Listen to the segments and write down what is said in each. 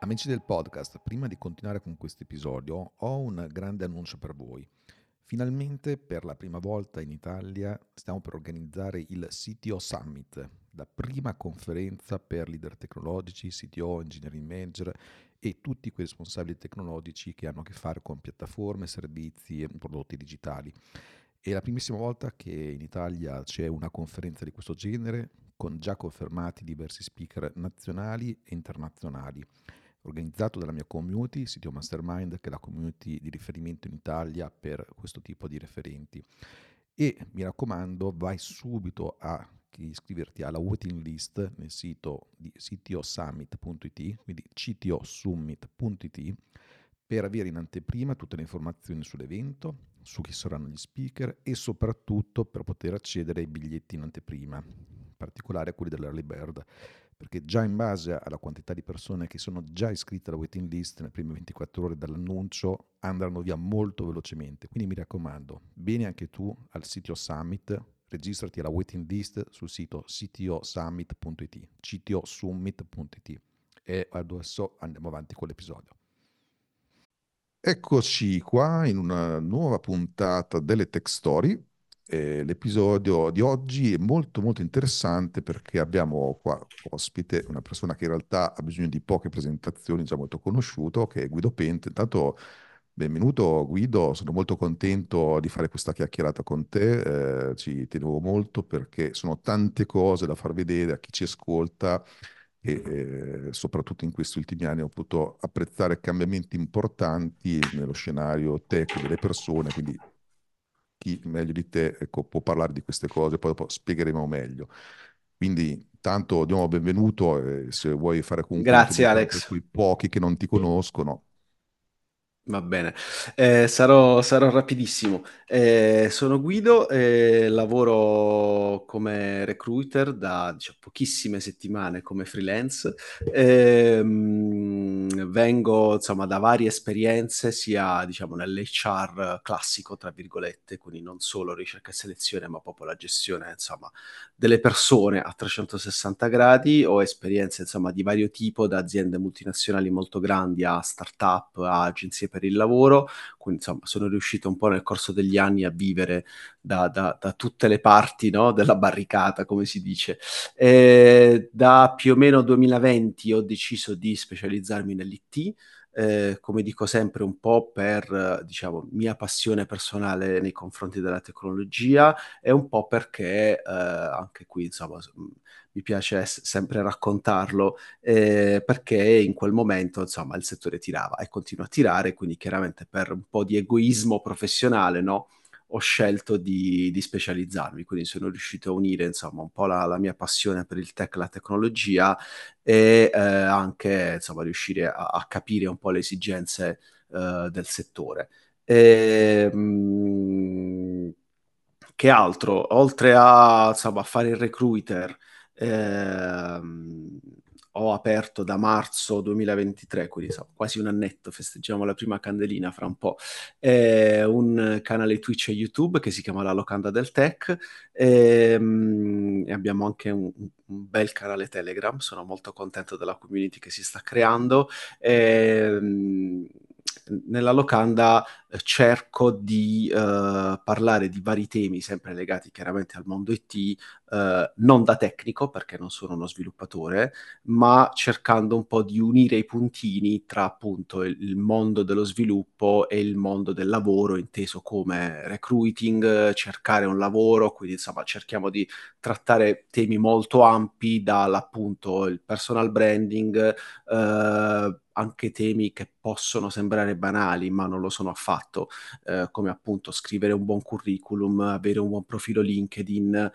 Amici del podcast, prima di continuare con questo episodio ho un grande annuncio per voi. Finalmente, per la prima volta in Italia, stiamo per organizzare il CTO Summit, la prima conferenza per leader tecnologici, CTO, engineering manager e tutti quei responsabili tecnologici che hanno a che fare con piattaforme, servizi e prodotti digitali. È la primissima volta che in Italia c'è una conferenza di questo genere, con già confermati diversi speaker nazionali e internazionali, organizzato dalla mia community, Sitio Mastermind, che è la community di riferimento in Italia per questo tipo di referenti. E mi raccomando, vai subito a iscriverti alla waiting list nel sito di ctosummit.it, quindi ctosummit.it, per avere in anteprima tutte le informazioni sull'evento, su chi saranno gli speaker e soprattutto per poter accedere ai biglietti in anteprima, in particolare a quelli dell'early bird, perché già in base alla quantità di persone che sono già iscritte alla waiting list nelle prime 24 ore dall'annuncio andranno via molto velocemente. Quindi mi raccomando, vieni anche tu al sito Summit, registrati alla waiting list sul sito ctosummit.it, ctosummit.it. E adesso andiamo avanti con l'episodio. Eccoci qua in una nuova puntata delle Tech Story. L'episodio di oggi è molto molto interessante perché abbiamo qua ospite una persona che in realtà ha bisogno di poche presentazioni, già molto conosciuto, che è Guido Pente. Intanto benvenuto Guido, sono molto contento di fare questa chiacchierata con te, ci tenevo molto perché sono tante cose da far vedere a chi ci ascolta e soprattutto in questi ultimi anni ho potuto apprezzare cambiamenti importanti nello scenario tech delle persone, quindi chi meglio di te, ecco, può parlare di queste cose, poi dopo spiegheremo meglio. Quindi tanto diamo benvenuto e se vuoi fare comunque un Grazie introduzione per Alex, quei pochi che non ti conoscono. va bene. Sarò rapidissimo. Sono Guido e lavoro come recruiter da pochissime settimane come freelance. Vengo insomma da varie esperienze, sia diciamo nell'HR classico, tra virgolette, quindi non solo ricerca e selezione, ma proprio la gestione insomma delle persone a 360 gradi. Ho esperienze insomma di vario tipo, da aziende multinazionali molto grandi a start-up, a agenzie per il lavoro, quindi insomma sono riuscito un po' nel corso degli anni a vivere da tutte le parti, no, della barricata, come si dice. Da più o meno 2020 ho deciso di specializzarmi nell'IT, come dico sempre un po' per, diciamo, mia passione personale nei confronti della tecnologia e un po' perché anche qui, insomma, mi piace sempre raccontarlo, perché in quel momento, insomma, il settore tirava e continua a tirare, quindi chiaramente per un po' di egoismo professionale, no? Ho scelto di specializzarmi, quindi sono riuscito a unire, insomma, un po' la mia passione per il tech, la tecnologia e anche, insomma, riuscire a capire un po' le esigenze del settore. E, che altro? Oltre a, insomma, a fare il recruiter, ehm, ho aperto da marzo 2023, quindi insomma, quasi un annetto, festeggiamo la prima candelina fra un po', un canale Twitch e YouTube che si chiama La Locanda del Tech, e abbiamo anche un bel canale Telegram. Sono molto contento della community che si sta creando. Nella locanda cerco di parlare di vari temi sempre legati chiaramente al mondo IT, non da tecnico perché non sono uno sviluppatore, ma cercando un po' di unire i puntini tra appunto il mondo dello sviluppo e il mondo del lavoro, inteso come recruiting, cercare un lavoro, quindi insomma cerchiamo di trattare temi molto ampi, dall'appunto il personal branding, anche temi che possono sembrare banali, ma non lo sono affatto, come appunto scrivere un buon curriculum, avere un buon profilo LinkedIn.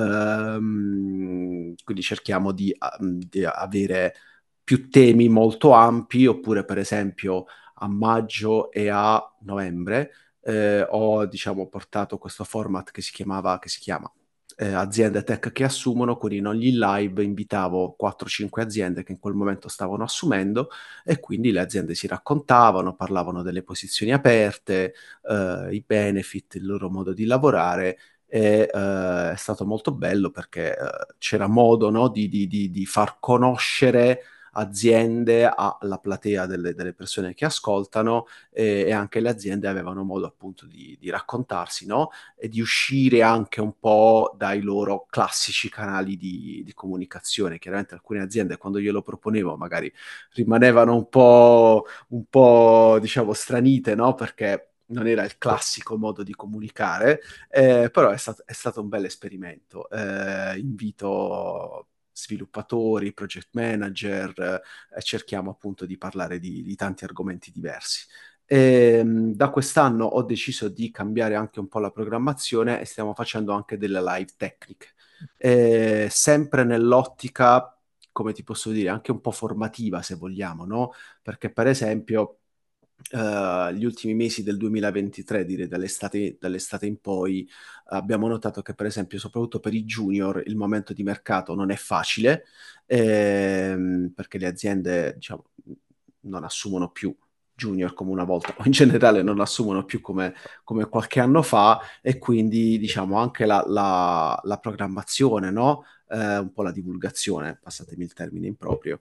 Quindi cerchiamo di avere più temi molto ampi, oppure per esempio a maggio e a novembre ho diciamo portato questo format che si chiama aziende tech che assumono, quindi in ogni live invitavo 4-5 aziende che in quel momento stavano assumendo e quindi le aziende si raccontavano, parlavano delle posizioni aperte, i benefit, il loro modo di lavorare e è stato molto bello perché c'era modo, no, di far conoscere aziende alla platea delle persone che ascoltano, e anche le aziende avevano modo appunto di raccontarsi, no? E di uscire anche un po' dai loro classici canali di comunicazione. Chiaramente alcune aziende, quando glielo proponevo, magari rimanevano un po', diciamo, stranite, no? Perché non era il classico modo di comunicare, però è stato un bel esperimento. Invito sviluppatori, project manager, e cerchiamo appunto di parlare di tanti argomenti diversi. Da quest'anno ho deciso di cambiare anche un po' la programmazione e stiamo facendo anche delle live tecniche, sempre nell'ottica, come ti posso dire, anche un po' formativa se vogliamo, no? Perché per esempio gli ultimi mesi del 2023, direi dall'estate in poi, abbiamo notato che per esempio soprattutto per i junior il momento di mercato non è facile, perché le aziende, diciamo, non assumono più junior come una volta, o in generale non assumono più come qualche anno fa, e quindi diciamo anche la programmazione, no? Un po' la divulgazione, passatemi il termine improprio,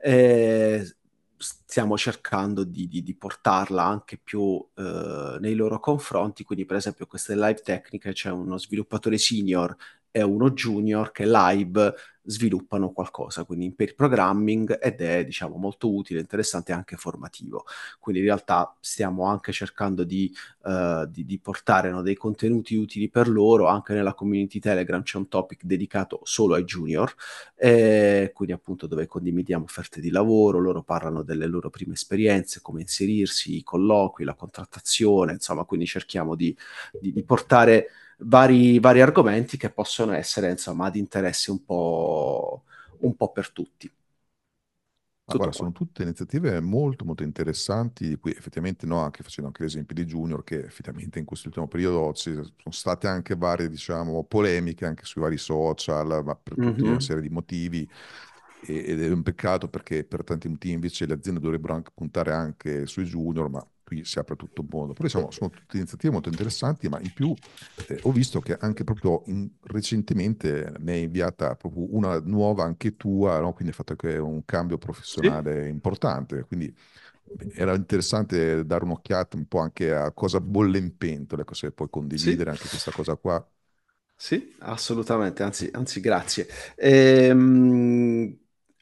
stiamo cercando di portarla anche più nei loro confronti. Quindi per esempio queste live tecniche, c'è uno sviluppatore senior e uno junior che live sviluppano qualcosa, quindi in pair programming, ed è diciamo molto utile, interessante e anche formativo. Quindi in realtà stiamo anche cercando di portare, no, dei contenuti utili per loro. Anche nella community Telegram c'è un topic dedicato solo ai junior, quindi appunto dove condividiamo offerte di lavoro, loro parlano delle loro prime esperienze, come inserirsi, i colloqui, la contrattazione, insomma, quindi cerchiamo di portare vari argomenti che possono essere, insomma, di interesse un po' per tutti. Ma Tutto guarda, qua. sono tutte iniziative molto molto interessanti, di cui effettivamente no, anche facendo anche l'esempio di Junior, che effettivamente in quest'ultimo periodo ci sono state anche varie, diciamo, polemiche anche sui vari social, ma per tutta una Mhm. serie di motivi, ed è un peccato perché per tanti motivi invece le aziende dovrebbero anche puntare anche sui Junior, ma qui si apre tutto un mondo. Però diciamo, sono tutte iniziative molto interessanti, ma in più ho visto che anche proprio recentemente ne hai inviata proprio una nuova anche tua, no? Quindi hai fatto anche un cambio Sì, professionale importante. Quindi era interessante dare un'occhiata un po' anche a cosa bolle in pentola, ecco, se puoi sì. condividere anche questa cosa qua. Sì, assolutamente, anzi grazie. Ehm,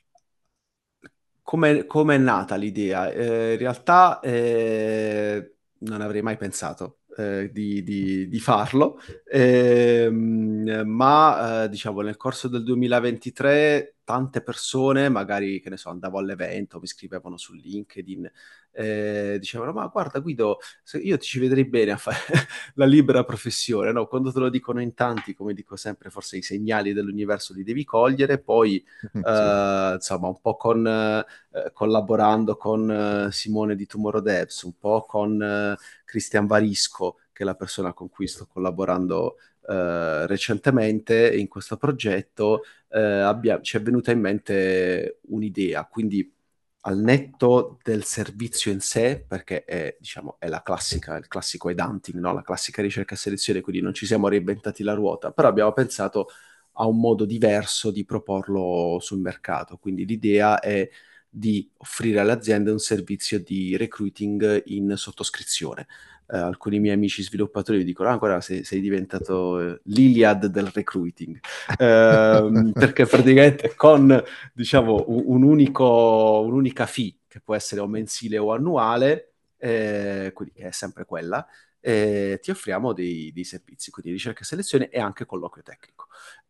come è nata l'idea? In realtà non avrei mai pensato di farlo, ma diciamo nel corso del 2023 tante persone, magari che ne so, andavo all'evento, mi scrivevano su LinkedIn, dicevano: Ma guarda Guido, io ti ci vedrei bene a fare la libera professione, no? Quando te lo dicono in tanti, come dico sempre, forse i segnali dell'universo li devi cogliere. Poi Sì. insomma, un po' collaborando con Simone di Tomorrow Devs, un po' con Cristian Varisco, che è la persona con cui sto collaborando recentemente in questo progetto, ci è venuta in mente un'idea. Quindi al netto del servizio in sé, perché è, diciamo, è la classica, il classico headhunting, no? La classica ricerca e selezione, quindi non ci siamo reinventati la ruota, però abbiamo pensato a un modo diverso di proporlo sul mercato. Quindi l'idea è di offrire alle aziende un servizio di recruiting in sottoscrizione. Alcuni miei amici sviluppatori mi dicono: Ah, guarda, sei diventato l'Iliad del recruiting. Perché praticamente con, diciamo, un'unica fee, che può essere o mensile o annuale, quindi che è sempre quella, ti offriamo dei servizi, quindi ricerca e selezione e anche colloquio tecnico.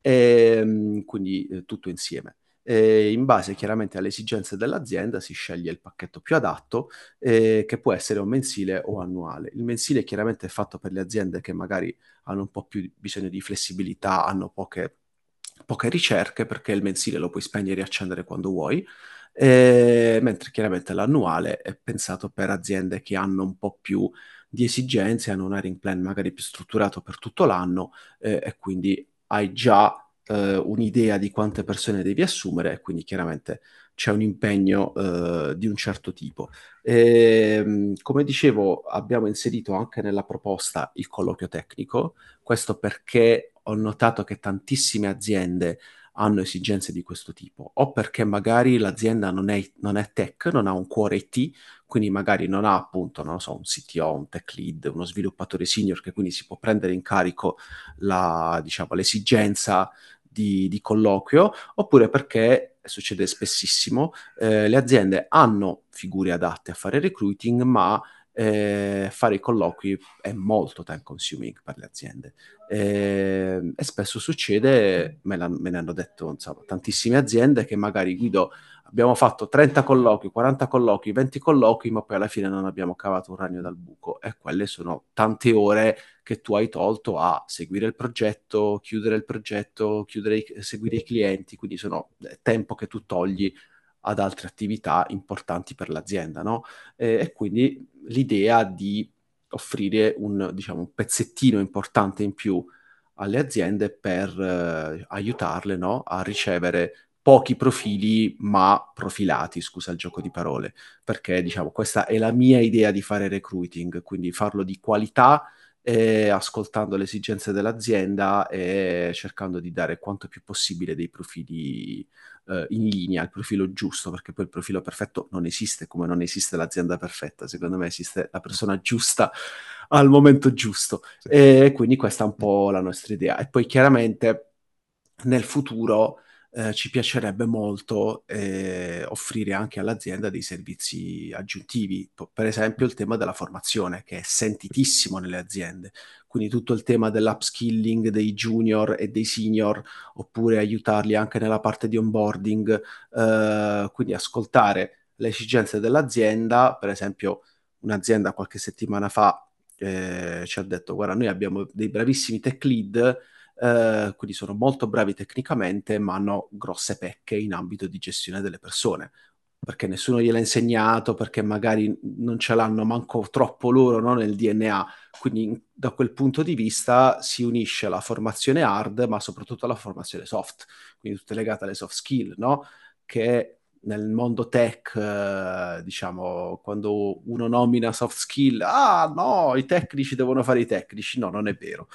Quindi tutto insieme. In base chiaramente alle esigenze dell'azienda si sceglie il pacchetto più adatto, che può essere o mensile o annuale. Il mensile chiaramente è fatto per le aziende che magari hanno un po' più bisogno di flessibilità, hanno poche ricerche, perché il mensile lo puoi spegnere e riaccendere quando vuoi, mentre chiaramente l'annuale è pensato per aziende che hanno un po' più di esigenze, hanno un hiring plan magari più strutturato per tutto l'anno, e quindi hai già un'idea di quante persone devi assumere, e quindi chiaramente c'è un impegno di un certo tipo. Come dicevo, abbiamo inserito anche nella proposta il colloquio tecnico. Questo perché ho notato che tantissime aziende hanno esigenze di questo tipo, o perché magari l'azienda non è tech, non ha un cuore IT, quindi magari non ha appunto, non lo so, un CTO, un tech lead, uno sviluppatore senior che quindi si può prendere in carico diciamo, l'esigenza di colloquio, oppure perché, succede spessissimo, le aziende hanno figure adatte a fare recruiting, ma fare i colloqui è molto time consuming per le aziende. E spesso succede, me ne hanno detto insomma, tantissime aziende, che magari Guido abbiamo fatto 30 colloqui, 40 colloqui, 20 colloqui, ma poi alla fine non abbiamo cavato un ragno dal buco, e quelle sono tante ore che tu hai tolto a seguire il progetto, seguire i clienti, quindi sono tempo che tu togli ad altre attività importanti per l'azienda, no? E quindi l'idea di offrire diciamo, un pezzettino importante in più alle aziende per aiutarle, no? A ricevere pochi profili, ma profilati, scusa il gioco di parole, perché diciamo questa è la mia idea di fare recruiting, quindi farlo di qualità, ascoltando le esigenze dell'azienda e cercando di dare quanto più possibile dei profili in linea, il profilo giusto, perché poi il profilo perfetto non esiste, come non esiste l'azienda perfetta, secondo me esiste la persona giusta al momento giusto, Sì. e quindi questa è un po' la nostra idea. E poi chiaramente nel futuro ci piacerebbe molto offrire anche all'azienda dei servizi aggiuntivi, per esempio il tema della formazione, che è sentitissimo nelle aziende, quindi tutto il tema dell'upskilling dei junior e dei senior, oppure aiutarli anche nella parte di onboarding, quindi ascoltare le esigenze dell'azienda. Per esempio un'azienda qualche settimana fa ci ha detto: guarda, noi abbiamo dei bravissimi tech lead, quindi sono molto bravi tecnicamente, ma hanno grosse pecche in ambito di gestione delle persone, perché nessuno gliel'ha insegnato, perché magari non ce l'hanno manco troppo loro, no, nel DNA. Quindi da quel punto di vista si unisce la formazione hard, ma soprattutto la formazione soft, quindi tutte legate alle soft skill, no? Che nel mondo tech, diciamo, quando uno nomina soft skill, ah no, i tecnici devono fare i tecnici. No, non è vero.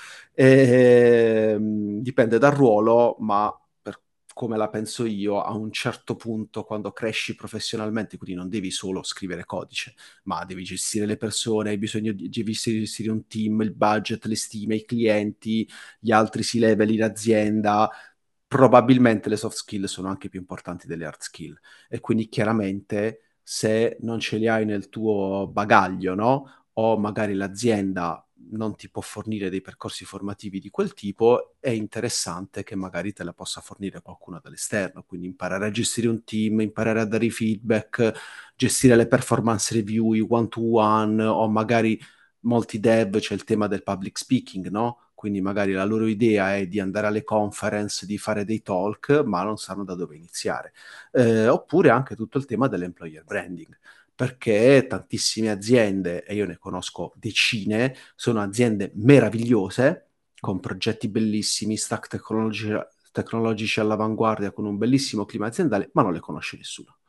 Dipende dal ruolo, ma per come la penso io, a un certo punto, quando cresci professionalmente, quindi non devi solo scrivere codice, ma devi gestire le persone, hai bisogno di gestire un team, il budget, le stime, i clienti, gli altri C-level in azienda. Probabilmente le soft skill sono anche più importanti delle hard skill, e quindi chiaramente se non ce li hai nel tuo bagaglio, no? O magari l'azienda non ti può fornire dei percorsi formativi di quel tipo, è interessante che magari te la possa fornire qualcuno dall'esterno, quindi imparare a gestire un team, imparare a dare i feedback, gestire le performance review, i one-to-one, o magari molti dev c'è il tema del public speaking, no? Quindi magari la loro idea è di andare alle conference, di fare dei talk, ma non sanno da dove iniziare. Oppure anche tutto il tema dell'employer branding, perché tantissime aziende, e io ne conosco decine, sono aziende meravigliose, con progetti bellissimi, tecnologici all'avanguardia, con un bellissimo clima aziendale, ma non le conosce nessuno.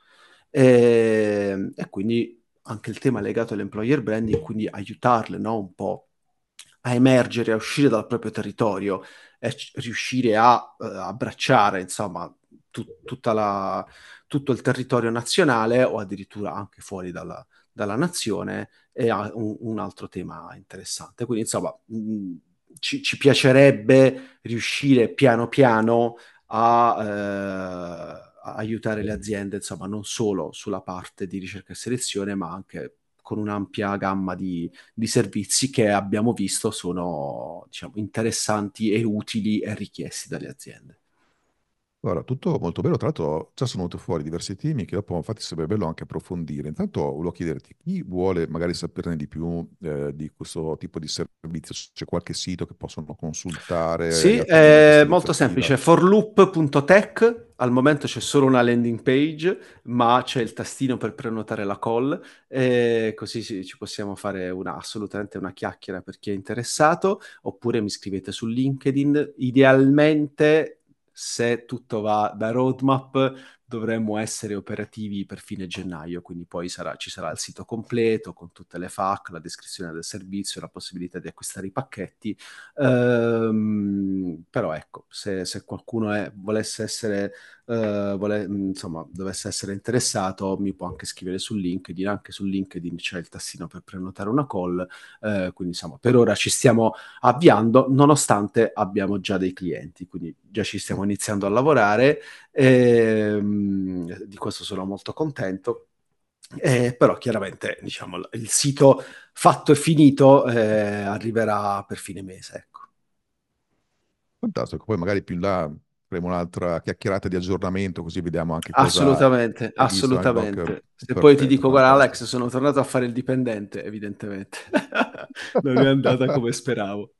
E quindi anche il tema legato all'employer branding, quindi aiutarle, no, un po' a emergere, a uscire dal proprio territorio e riuscire a abbracciare, insomma, tutto il territorio nazionale, o addirittura anche fuori dalla nazione, è un altro tema interessante. Quindi, insomma, ci piacerebbe riuscire piano piano a aiutare le aziende, insomma, non solo sulla parte di ricerca e selezione, ma anche con un'ampia gamma di servizi che abbiamo visto sono, diciamo, interessanti e utili e richiesti dalle aziende. Guarda, tutto molto bello, tra l'altro già sono venuti fuori diversi temi che dopo infatti sarebbe bello anche approfondire. Intanto volevo chiederti, chi vuole magari saperne di più di questo tipo di servizio, se c'è qualche sito che possono consultare, Sì, attingere a è questa molto iniziativa? semplice. forloop.tech, al momento c'è solo una landing page, ma c'è il tastino per prenotare la call, e così ci possiamo fare assolutamente una chiacchiera per chi è interessato, oppure mi scrivete su LinkedIn. Idealmente, se tutto va da roadmap, dovremmo essere operativi per fine gennaio, quindi poi ci sarà il sito completo con tutte le FAQ, la descrizione del servizio, la possibilità di acquistare i pacchetti. Però ecco, se qualcuno volesse essere, insomma, dovesse essere interessato, mi può anche scrivere sul LinkedIn, anche sul LinkedIn c'è il tastino per prenotare una call, quindi insomma, per ora ci stiamo avviando, nonostante abbiamo già dei clienti, quindi già ci stiamo iniziando a lavorare. Di questo sono molto contento. Però chiaramente diciamo, il sito fatto e finito arriverà per fine mese. Ecco. Fantastico, poi magari più in là faremo un'altra chiacchierata di aggiornamento, così vediamo anche cosa Assolutamente, hai visto nel doc. assolutamente. Se poi ti Perfetto, dico, guarda Alex, fantastico. sono tornato a fare il dipendente, evidentemente. Non è andata come speravo.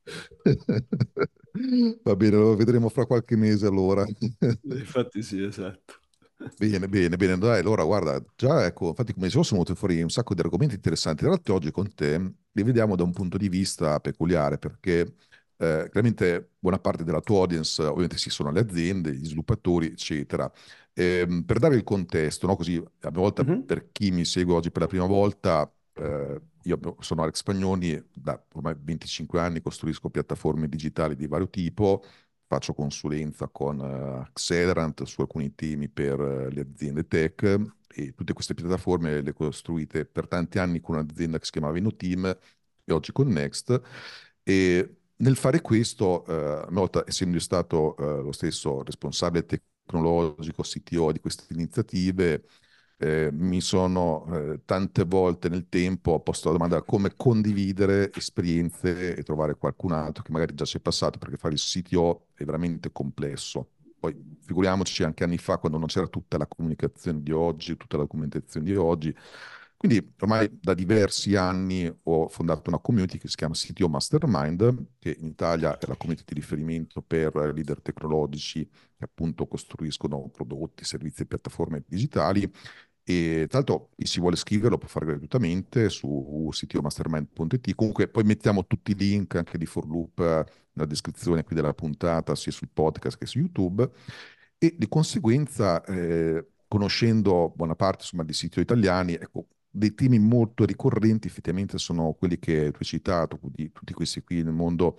Va bene, lo vedremo fra qualche mese allora. Infatti sì, esatto. Bene, bene, bene. Dai, allora guarda, già ecco, infatti come dicevo sono venuti fuori un sacco di argomenti interessanti. In realtà oggi con te li vediamo da un punto di vista peculiare perché chiaramente buona parte della tua audience ovviamente sì, sono le aziende, gli sviluppatori, eccetera. Per dare il contesto, no, così a volta Mhm, per chi mi segue oggi per la prima volta, io sono Alex Spagnoni, da ormai 25 anni costruisco piattaforme digitali di vario tipo, faccio consulenza con Accelerant su alcuni temi per le aziende tech e tutte queste piattaforme le ho costruite per tanti anni con un'azienda che si chiamava InnoTeam e oggi con Next. E nel fare questo, a mia volta, essendo io stato lo stesso responsabile tecnologico, CTO di queste iniziative, mi sono tante volte nel tempo posto la domanda come condividere esperienze e trovare qualcun altro che magari già ci è passato, perché fare il CTO è veramente complesso. Poi figuriamoci anche anni fa quando non c'era tutta la comunicazione di oggi, tutta la documentazione di oggi. Quindi ormai da diversi anni ho fondato una community che si chiama CTO Mastermind, che in Italia è la community di riferimento per leader tecnologici che appunto costruiscono prodotti, servizi e piattaforme digitali e tra l'altro chi si vuole scrivere lo può fare gratuitamente su sitomastermind.it. Comunque poi mettiamo tutti i link anche di For Loop nella descrizione qui della puntata, sia sul podcast che su YouTube. E di conseguenza, conoscendo buona parte insomma, di siti italiani, ecco, dei temi molto ricorrenti effettivamente sono quelli che tu hai citato, quindi tutti questi qui nel mondo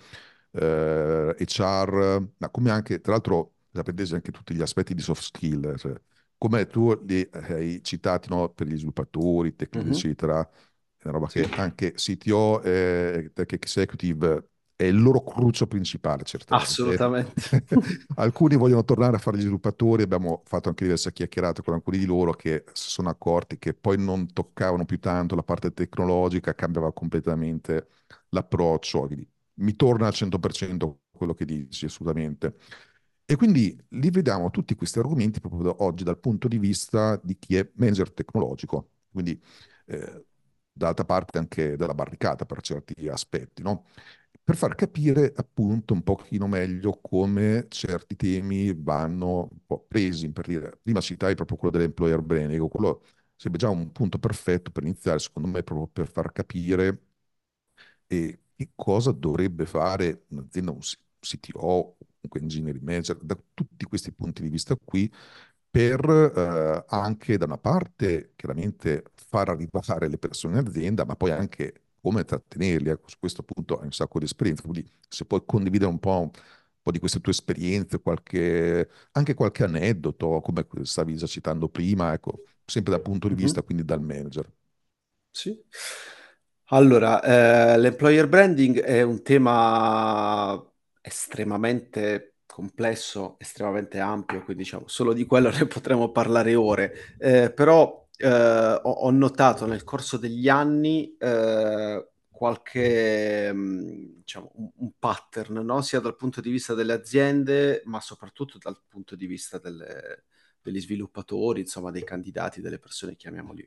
HR, ma come anche, tra l'altro, da prendere anche tutti gli aspetti di soft skill, cioè, come tu li hai citati, no, per gli sviluppatori, tech lead, mhm. eccetera, è una roba Sì, che anche CTO e Tech Executive è il loro cruccio principale, certamente. assolutamente. Alcuni vogliono tornare a fare gli sviluppatori, abbiamo fatto anche diverse chiacchierate con alcuni di loro che si sono accorti che poi non toccavano più tanto la parte tecnologica, cambiava completamente l'approccio. Quindi mi torna al 100% quello che dici, assolutamente. E quindi li vediamo tutti questi argomenti proprio oggi dal punto di vista di chi è manager tecnologico, quindi d'altra parte anche della barricata per certi aspetti, no? Per far capire appunto un pochino meglio come certi temi vanno un po' presi, per dire, prima citai proprio quello dell'employer branding, quello sarebbe già un punto perfetto per iniziare, secondo me, proprio per far capire che cosa dovrebbe fare un'azienda, un CTO, comunque engineering manager, da tutti questi punti di vista qui, per anche da una parte chiaramente far arrivare le persone in azienda, ma poi anche come trattenerli. Ecco, su questo punto hai un sacco di esperienza, quindi se puoi condividere un po' di queste tue esperienze, anche qualche aneddoto, come stavi già citando prima, ecco, sempre dal punto di Mhm. vista quindi dal manager. Sì. Allora, l'employer branding è un tema estremamente complesso, estremamente ampio, quindi diciamo solo di quello ne potremmo parlare ore. Però ho notato nel corso degli anni qualche, diciamo, un pattern, no? Sia dal punto di vista delle aziende, ma soprattutto dal punto di vista degli sviluppatori, insomma, dei candidati, delle persone, chiamiamoli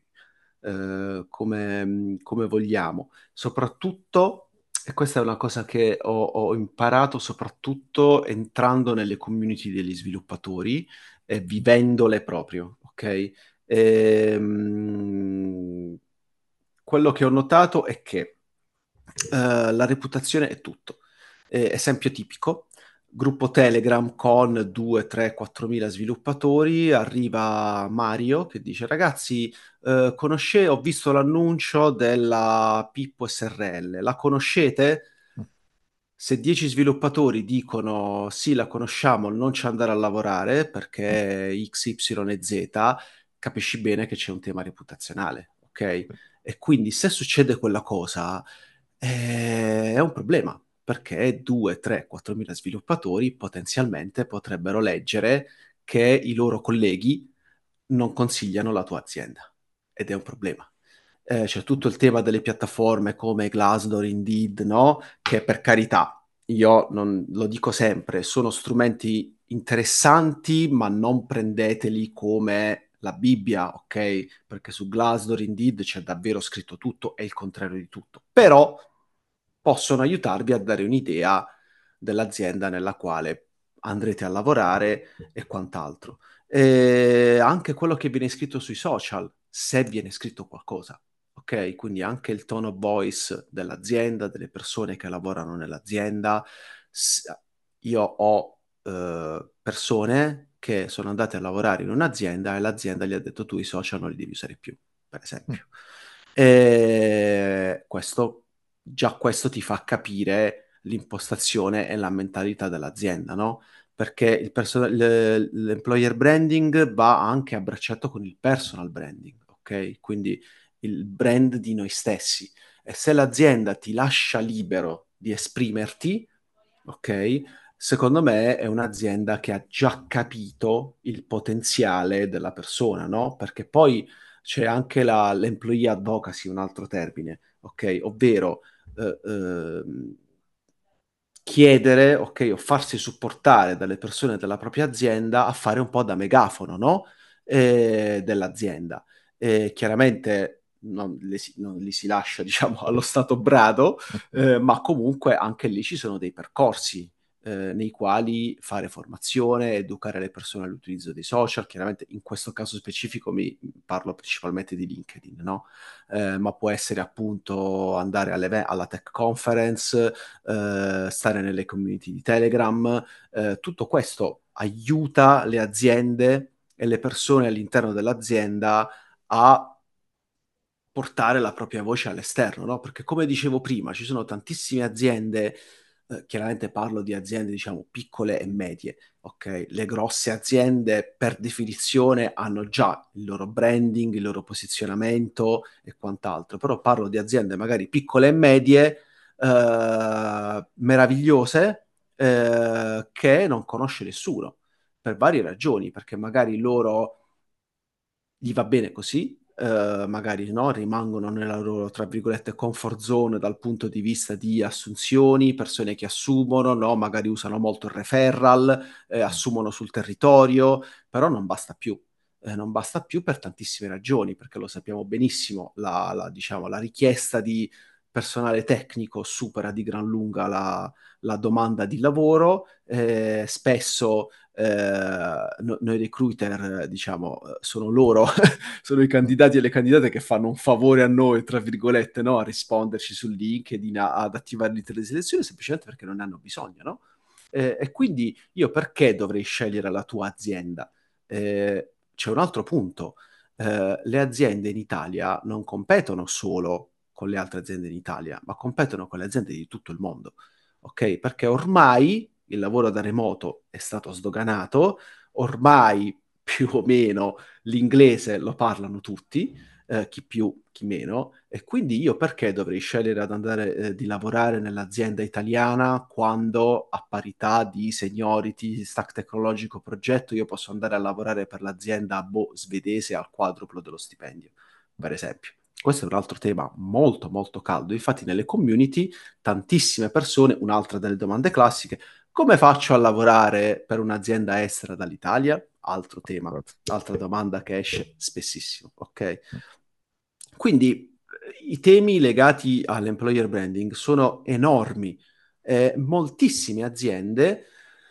come vogliamo. Soprattutto, e questa è una cosa che ho imparato soprattutto entrando nelle community degli sviluppatori e vivendole proprio, ok? Quello che ho notato è che la reputazione è tutto. Esempio tipico, gruppo Telegram con 2, 3, 4.000 sviluppatori, arriva Mario che dice ragazzi, ho visto l'annuncio della Pippo SRL, la conoscete? Se 10 sviluppatori dicono sì, la conosciamo, non ci andare a lavorare perché X, Y e Z, capisci bene che c'è un tema reputazionale, ok? E quindi se succede quella cosa, è un problema, perché 2, 3, 4.000 sviluppatori potenzialmente potrebbero leggere che i loro colleghi non consigliano la tua azienda, ed è un problema. C'è tutto il tema delle piattaforme come Glassdoor, Indeed, no? Che per carità, io non, lo dico sempre, sono strumenti interessanti, ma non prendeteli come la Bibbia, ok? Perché su Glassdoor, Indeed c'è davvero scritto tutto e il contrario di tutto. Però possono aiutarvi a dare un'idea dell'azienda nella quale andrete a lavorare e quant'altro. E anche quello che viene scritto sui social, se viene scritto qualcosa, ok? Quindi anche il tone of voice dell'azienda, delle persone che lavorano nell'azienda. S- Io ho persone che sono andate a lavorare in un'azienda e l'azienda gli ha detto tu i social non li devi usare più, per esempio. E già questo ti fa capire l'impostazione e la mentalità dell'azienda, no? Perché l'employer branding va anche a braccetto con il personal branding, ok? Quindi il brand di noi stessi. E se l'azienda ti lascia libero di esprimerti, ok? Secondo me è un'azienda che ha già capito il potenziale della persona, no? Perché poi c'è anche l'employee advocacy, un altro termine, ok? Ovvero eh, ehm, chiedere, ok, o farsi supportare dalle persone della propria azienda a fare un po' da megafono, no? Dell'azienda. Chiaramente non li si lascia, diciamo, allo stato brado, ma comunque anche lì ci sono dei percorsi nei quali fare formazione, educare le persone all'utilizzo dei social. Chiaramente in questo caso specifico mi parlo principalmente di LinkedIn, no? Ma può essere appunto andare alla tech conference, stare nelle community di Telegram. Tutto questo aiuta le aziende e le persone all'interno dell'azienda a portare la propria voce all'esterno, no? Perché come dicevo prima, ci sono tantissime aziende, chiaramente parlo di aziende, diciamo, piccole e medie, ok? Le grosse aziende, per definizione, hanno già il loro branding, il loro posizionamento e quant'altro, però parlo di aziende magari piccole e medie, meravigliose, che non conosce nessuno, per varie ragioni, perché magari loro gli va bene così, magari no, rimangono nella loro, tra virgolette, comfort zone dal punto di vista di assunzioni, persone che assumono, no, magari usano molto il referral, assumono sul territorio, però non basta più. Non basta più per tantissime ragioni, perché lo sappiamo benissimo, diciamo, la richiesta di personale tecnico supera di gran lunga la domanda di lavoro, spesso noi recruiter, diciamo, sono loro, sono i candidati e le candidate che fanno un favore a noi, tra virgolette, no? A risponderci su LinkedIn, ad attivare l'iter di selezione, semplicemente perché non ne hanno bisogno, no? E quindi io perché dovrei scegliere la tua azienda? C'è un altro punto. Le aziende in Italia non competono solo con le altre aziende in Italia, ma competono con le aziende di tutto il mondo, ok? Perché ormai il lavoro da remoto è stato sdoganato, ormai più o meno l'inglese lo parlano tutti, chi più, chi meno, e quindi io perché dovrei scegliere ad andare di lavorare nell'azienda italiana quando a parità di seniority, stack tecnologico, progetto, io posso andare a lavorare per l'azienda svedese al quadruplo dello stipendio, per esempio. Questo è un altro tema molto molto caldo. Infatti nelle community tantissime persone, un'altra delle domande classiche, come faccio a lavorare per un'azienda estera dall'Italia? Altro tema, altra domanda che esce spessissimo, ok? Quindi i temi legati all'employer branding sono enormi. Moltissime aziende,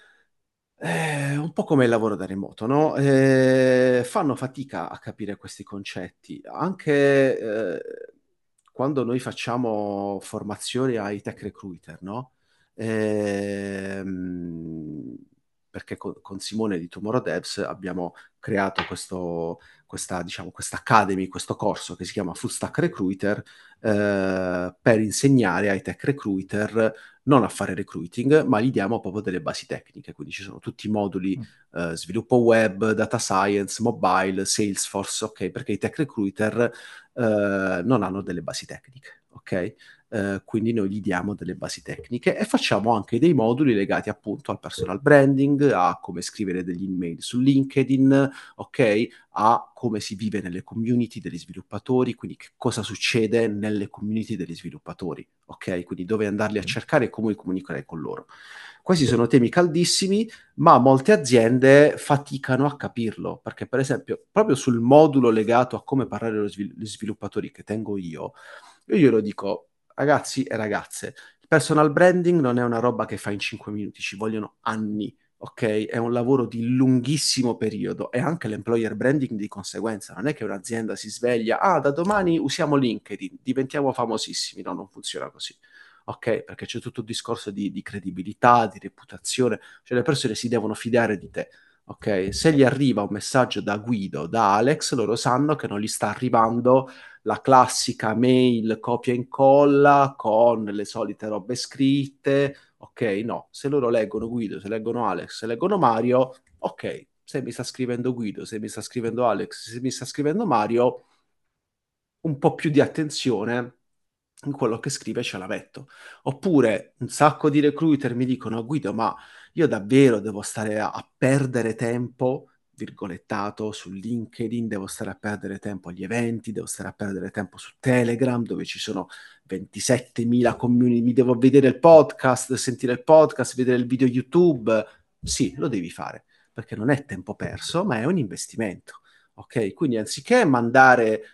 un po' come il lavoro da remoto, no? Fanno fatica a capire questi concetti. Anche quando noi facciamo formazioni ai tech recruiter, no? Ehm, perché con Simone di Tomorrow Devs abbiamo creato diciamo, questa academy, questo corso che si chiama Full Stack Recruiter, per insegnare ai tech recruiter non a fare recruiting, ma gli diamo proprio delle basi tecniche. Quindi ci sono tutti i moduli, sviluppo web, data science, mobile, Salesforce, ok? Perché i tech recruiter non hanno delle basi tecniche, ok? Quindi noi gli diamo delle basi tecniche e facciamo anche dei moduli legati appunto al personal branding, a come scrivere degli email su LinkedIn, ok? A come si vive nelle community degli sviluppatori, quindi che cosa succede nelle community degli sviluppatori, ok? Quindi dove andarli a cercare e come comunicare con loro. Questi sono temi caldissimi, ma molte aziende faticano a capirlo, perché per esempio proprio sul modulo legato a come parlare agli sviluppatori che tengo io glielo dico, ragazzi e ragazze, il personal branding non è una roba che fa in 5 minuti, ci vogliono anni, ok? È un lavoro di lunghissimo periodo e anche l'employer branding di conseguenza. Non è che un'azienda si sveglia, ah, da domani usiamo LinkedIn, diventiamo famosissimi. No, non funziona così. Ok? Perché c'è tutto un discorso di credibilità, di reputazione, cioè le persone si devono fidare di te. Ok? Se gli arriva un messaggio da Guido, da Alex, loro sanno che non gli sta arrivando la classica mail copia e incolla con le solite robe scritte. Ok, no, se loro leggono Guido, se leggono Alex, se leggono Mario, ok, se mi sta scrivendo Guido, se mi sta scrivendo Alex, se mi sta scrivendo Mario, un po' più di attenzione in quello che scrive ce la metto. Oppure un sacco di recruiter mi dicono, Guido, ma io davvero devo stare a perdere tempo, virgolettato, su LinkedIn, devo stare a perdere tempo agli eventi, devo stare a perdere tempo su Telegram, dove ci sono 27.000 community, mi devo vedere il podcast, sentire il podcast, vedere il video YouTube. Sì, lo devi fare, perché non è tempo perso, ma è un investimento. Ok, quindi anziché mandare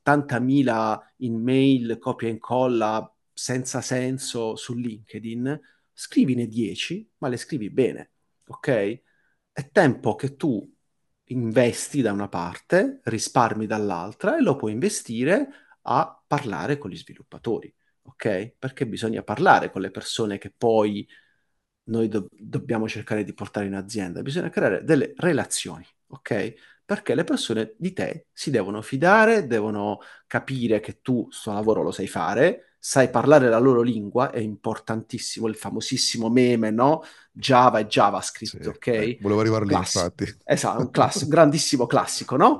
80.000 email copia e incolla senza senso su LinkedIn, scrivine 10, ma le scrivi bene, ok? È tempo che tu investi da una parte, risparmi dall'altra e lo puoi investire a parlare con gli sviluppatori, ok? Perché bisogna parlare con le persone che poi noi dobbiamo cercare di portare in azienda, bisogna creare delle relazioni, ok? Perché le persone di te si devono fidare, devono capire che tu sto lavoro lo sai fare, sai parlare la loro lingua, è importantissimo, il famosissimo meme, no? Java e Sì, JavaScript, ok? volevo arrivare lì Classico. infatti. Esatto, un grandissimo classico, no?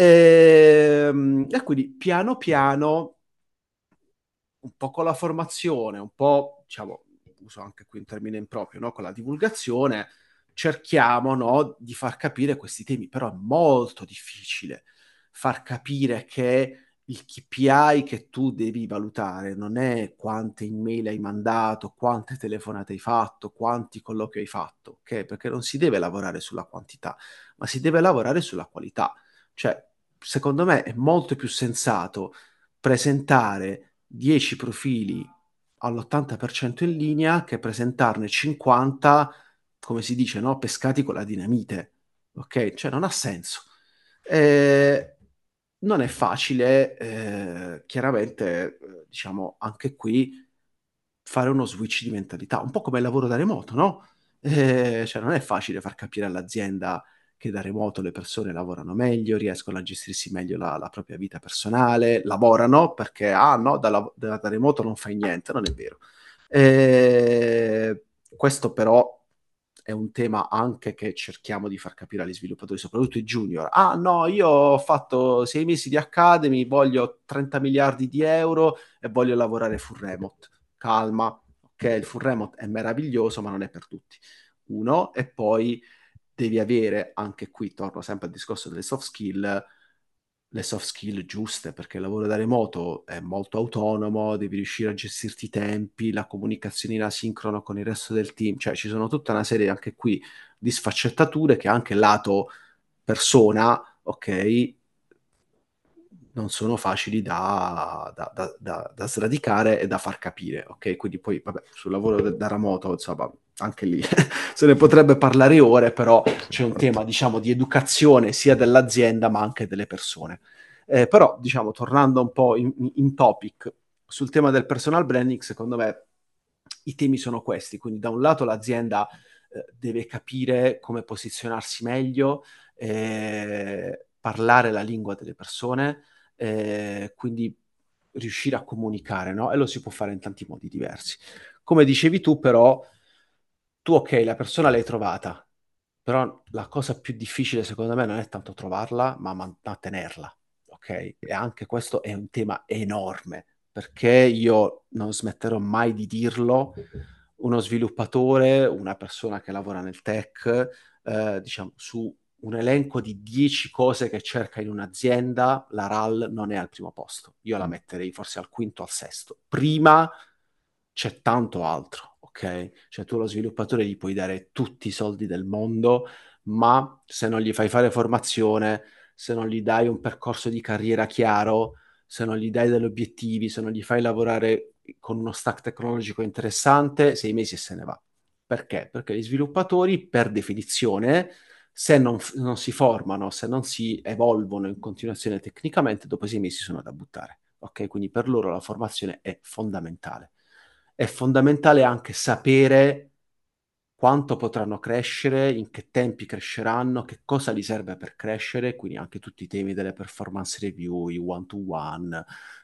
E quindi piano piano un po' con la formazione, un po', diciamo, uso anche qui un termine improprio, no? Con la divulgazione, cerchiamo, no, di far capire questi temi, però è molto difficile far capire che il KPI che tu devi valutare non è quante email hai mandato, quante telefonate hai fatto, quanti colloqui hai fatto, ok? Perché non si deve lavorare sulla quantità, ma si deve lavorare sulla qualità. Cioè, secondo me è molto più sensato presentare 10 profili all'80% in linea che presentarne 50, come si dice, no? Pescati con la dinamite. Ok? Cioè non ha senso. Eh, non è facile, chiaramente, diciamo, anche qui fare uno switch di mentalità, un po' come il lavoro da remoto, no? Cioè non è facile far capire all'azienda che da remoto le persone lavorano meglio, riescono a gestirsi meglio la propria vita personale, lavorano perché, ah no, da remoto non fai niente, non è vero. Questo però è un tema anche che cerchiamo di far capire agli sviluppatori, soprattutto i junior. Ah no, io ho fatto 6 mesi di Academy, voglio 30 miliardi di euro e voglio lavorare full remote. Calma, ok, il full remote è meraviglioso, ma non è per tutti. Uno, e poi devi avere, anche qui torno sempre al discorso delle soft skill, le soft skill giuste, perché il lavoro da remoto è molto autonomo, devi riuscire a gestirti i tempi, la comunicazione in asincrono con il resto del team, cioè ci sono tutta una serie anche qui di sfaccettature che anche lato persona, ok, non sono facili da sradicare e da far capire, ok? Quindi poi, vabbè, sul lavoro da remoto, insomma, anche lì se ne potrebbe parlare ore, però c'è un tema, diciamo, di educazione sia dell'azienda ma anche delle persone. Però, diciamo, tornando un po' in topic sul tema del personal branding, secondo me i temi sono questi, quindi da un lato l'azienda deve capire come posizionarsi meglio, parlare la lingua delle persone, quindi riuscire a comunicare, no? E lo si può fare in tanti modi diversi. Come dicevi tu, però, tu ok, la persona l'hai trovata, però la cosa più difficile secondo me non è tanto trovarla, ma mantenerla, ok? E anche questo è un tema enorme, perché io non smetterò mai di dirlo, uno sviluppatore, una persona che lavora nel tech, diciamo, su un elenco di 10 cose che cerca in un'azienda, la RAL non è al primo posto. Io la Mm. metterei forse al quinto o al sesto. Prima c'è tanto altro, ok? Cioè tu allo sviluppatore gli puoi dare tutti i soldi del mondo, ma se non gli fai fare formazione, se non gli dai un percorso di carriera chiaro, se non gli dai degli obiettivi, se non gli fai lavorare con uno stack tecnologico interessante, 6 mesi e se ne va. Perché? Perché gli sviluppatori, per definizione, se non si formano, se non si evolvono in continuazione tecnicamente, dopo 6 mesi sono da buttare. Ok? Quindi per loro la formazione è fondamentale. È fondamentale anche sapere quanto potranno crescere, in che tempi cresceranno, che cosa gli serve per crescere, quindi anche tutti i temi delle performance review, i one-to-one,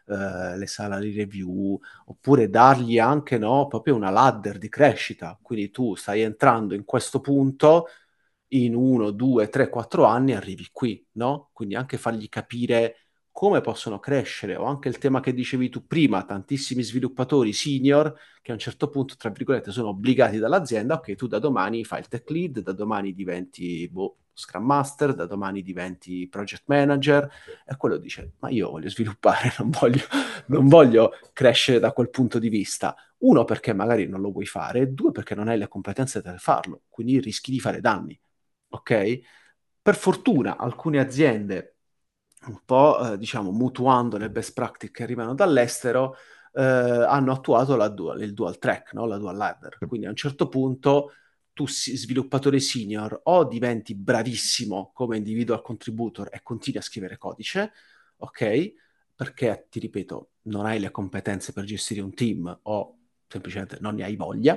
le salary review, oppure dargli anche, no, proprio una ladder di crescita. Quindi tu stai entrando in questo punto, in 1, 2, 3, 4 anni arrivi qui, no? Quindi anche fargli capire come possono crescere, o anche il tema che dicevi tu prima, tantissimi sviluppatori senior che a un certo punto, tra virgolette, sono obbligati dall'azienda, ok, tu da domani fai il tech lead, da domani diventi Scrum Master, da domani diventi Project Manager, e quello dice, ma io voglio sviluppare, non voglio crescere da quel punto di vista. Uno, perché magari non lo vuoi fare, due, perché non hai le competenze per farlo, quindi rischi di fare danni, ok? Per fortuna alcune aziende, un po' diciamo mutuando le best practice che arrivano dall'estero, hanno attuato il dual track, no? La dual ladder. Quindi a un certo punto tu, sviluppatore senior, o diventi bravissimo come individual contributor e continui a scrivere codice, ok? Perché, ti ripeto, non hai le competenze per gestire un team o semplicemente non ne hai voglia,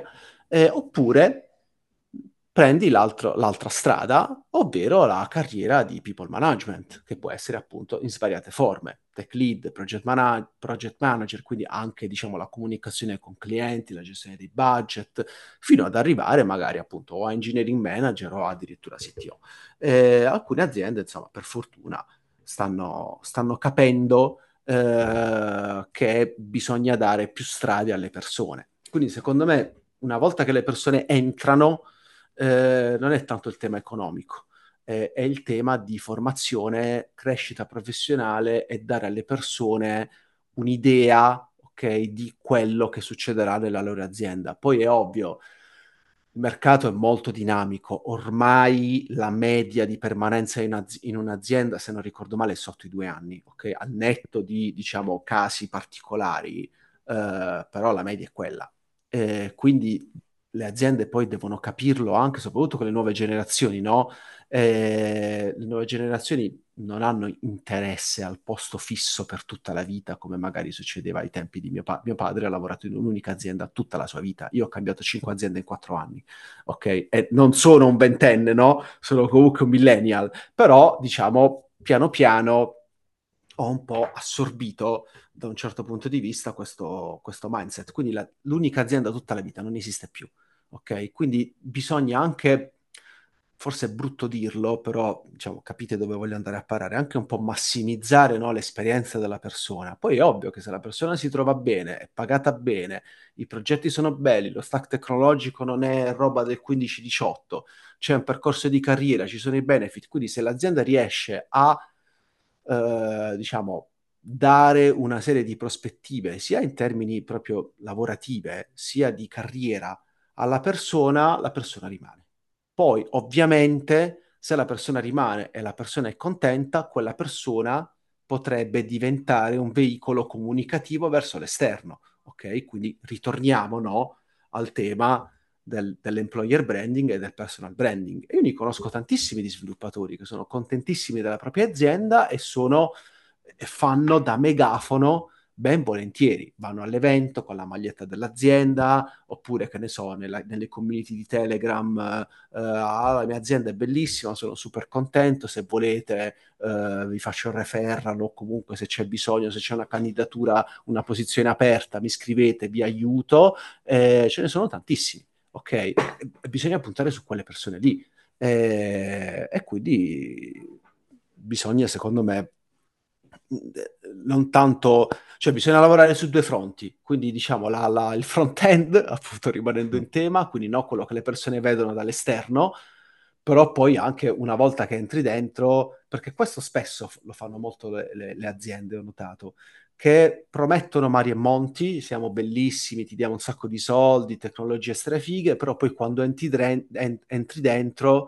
oppure prendi l'altra strada, ovvero la carriera di people management, che può essere appunto in svariate forme, tech lead, project manager, quindi anche diciamo la comunicazione con clienti, la gestione dei budget, fino ad arrivare magari appunto o a engineering manager o addirittura CTO. Alcune aziende, insomma, per fortuna stanno capendo che bisogna dare più strade alle persone. Quindi secondo me, una volta che le persone entrano, non è tanto il tema economico, è il tema di formazione, crescita professionale e dare alle persone un'idea, ok, di quello che succederà nella loro azienda. Poi è ovvio, il mercato è molto dinamico, ormai la media di permanenza in un'azienda, se non ricordo male, è sotto i 2 anni, ok? Al netto di, diciamo, casi particolari, però la media è quella. Quindi le aziende poi devono capirlo anche, soprattutto con le nuove generazioni, no? Le nuove generazioni non hanno interesse al posto fisso per tutta la vita, come magari succedeva ai tempi di mio padre, ha lavorato in un'unica azienda tutta la sua vita. Io ho cambiato 5 aziende in 4 anni, ok? E non sono un ventenne, no? Sono comunque un millennial, però diciamo piano piano ho un po' assorbito da un certo punto di vista questo mindset. Quindi l'unica azienda tutta la vita non esiste più, ok? Quindi bisogna anche, forse è brutto dirlo, però diciamo, capite dove voglio andare a parare, anche un po' massimizzare, no, l'esperienza della persona. Poi è ovvio che se la persona si trova bene, è pagata bene, i progetti sono belli, lo stack tecnologico non è roba del 15-18, c'è un percorso di carriera, ci sono i benefit, quindi se l'azienda riesce a diciamo, dare una serie di prospettive, sia in termini proprio lavorative, sia di carriera alla persona, la persona rimane. Poi, ovviamente, se la persona rimane e la persona è contenta, quella persona potrebbe diventare un veicolo comunicativo verso l'esterno, ok? Quindi ritorniamo, no, al tema dell'employer branding e del personal branding. E io ne conosco tantissimi di sviluppatori che sono contentissimi della propria azienda e fanno da megafono ben volentieri vanno all'evento con la maglietta dell'azienda, oppure che ne so, nelle community di Telegram, la mia azienda è bellissima, sono super contento, se volete vi faccio il referral o comunque se c'è bisogno, se c'è una candidatura, una posizione aperta, mi scrivete, vi aiuto. Ce ne sono tantissimi, ok? E bisogna puntare su quelle persone lì. E quindi bisogna, secondo me, non tanto, cioè bisogna lavorare su due fronti, quindi diciamo il front-end, appunto rimanendo Mm. in tema, quindi no quello che le persone vedono dall'esterno, però poi anche una volta che entri dentro, perché questo spesso lo fanno molto le aziende, ho notato, che promettono mari e monti, siamo bellissimi, ti diamo un sacco di soldi, tecnologie strafighe, però poi quando entri dentro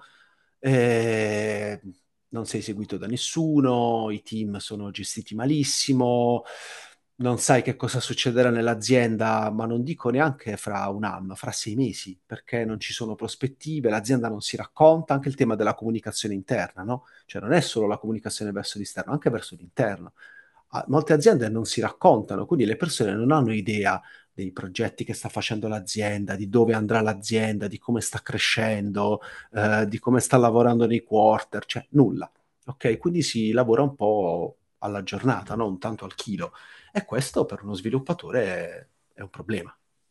eh, non sei seguito da nessuno, i team sono gestiti malissimo, non sai che cosa succederà nell'azienda, ma non dico neanche fra un anno, fra 6 mesi, perché non ci sono prospettive, l'azienda non si racconta, anche il tema della comunicazione interna, no? Cioè non è solo la comunicazione verso l'esterno, anche verso l'interno. Molte aziende non si raccontano, quindi le persone non hanno idea dei progetti che sta facendo l'azienda, di dove andrà l'azienda, di come sta crescendo, di come sta lavorando nei quarter, cioè nulla. Ok, quindi si lavora un po' alla giornata, no? Un tanto al chilo. E questo per uno sviluppatore è un problema.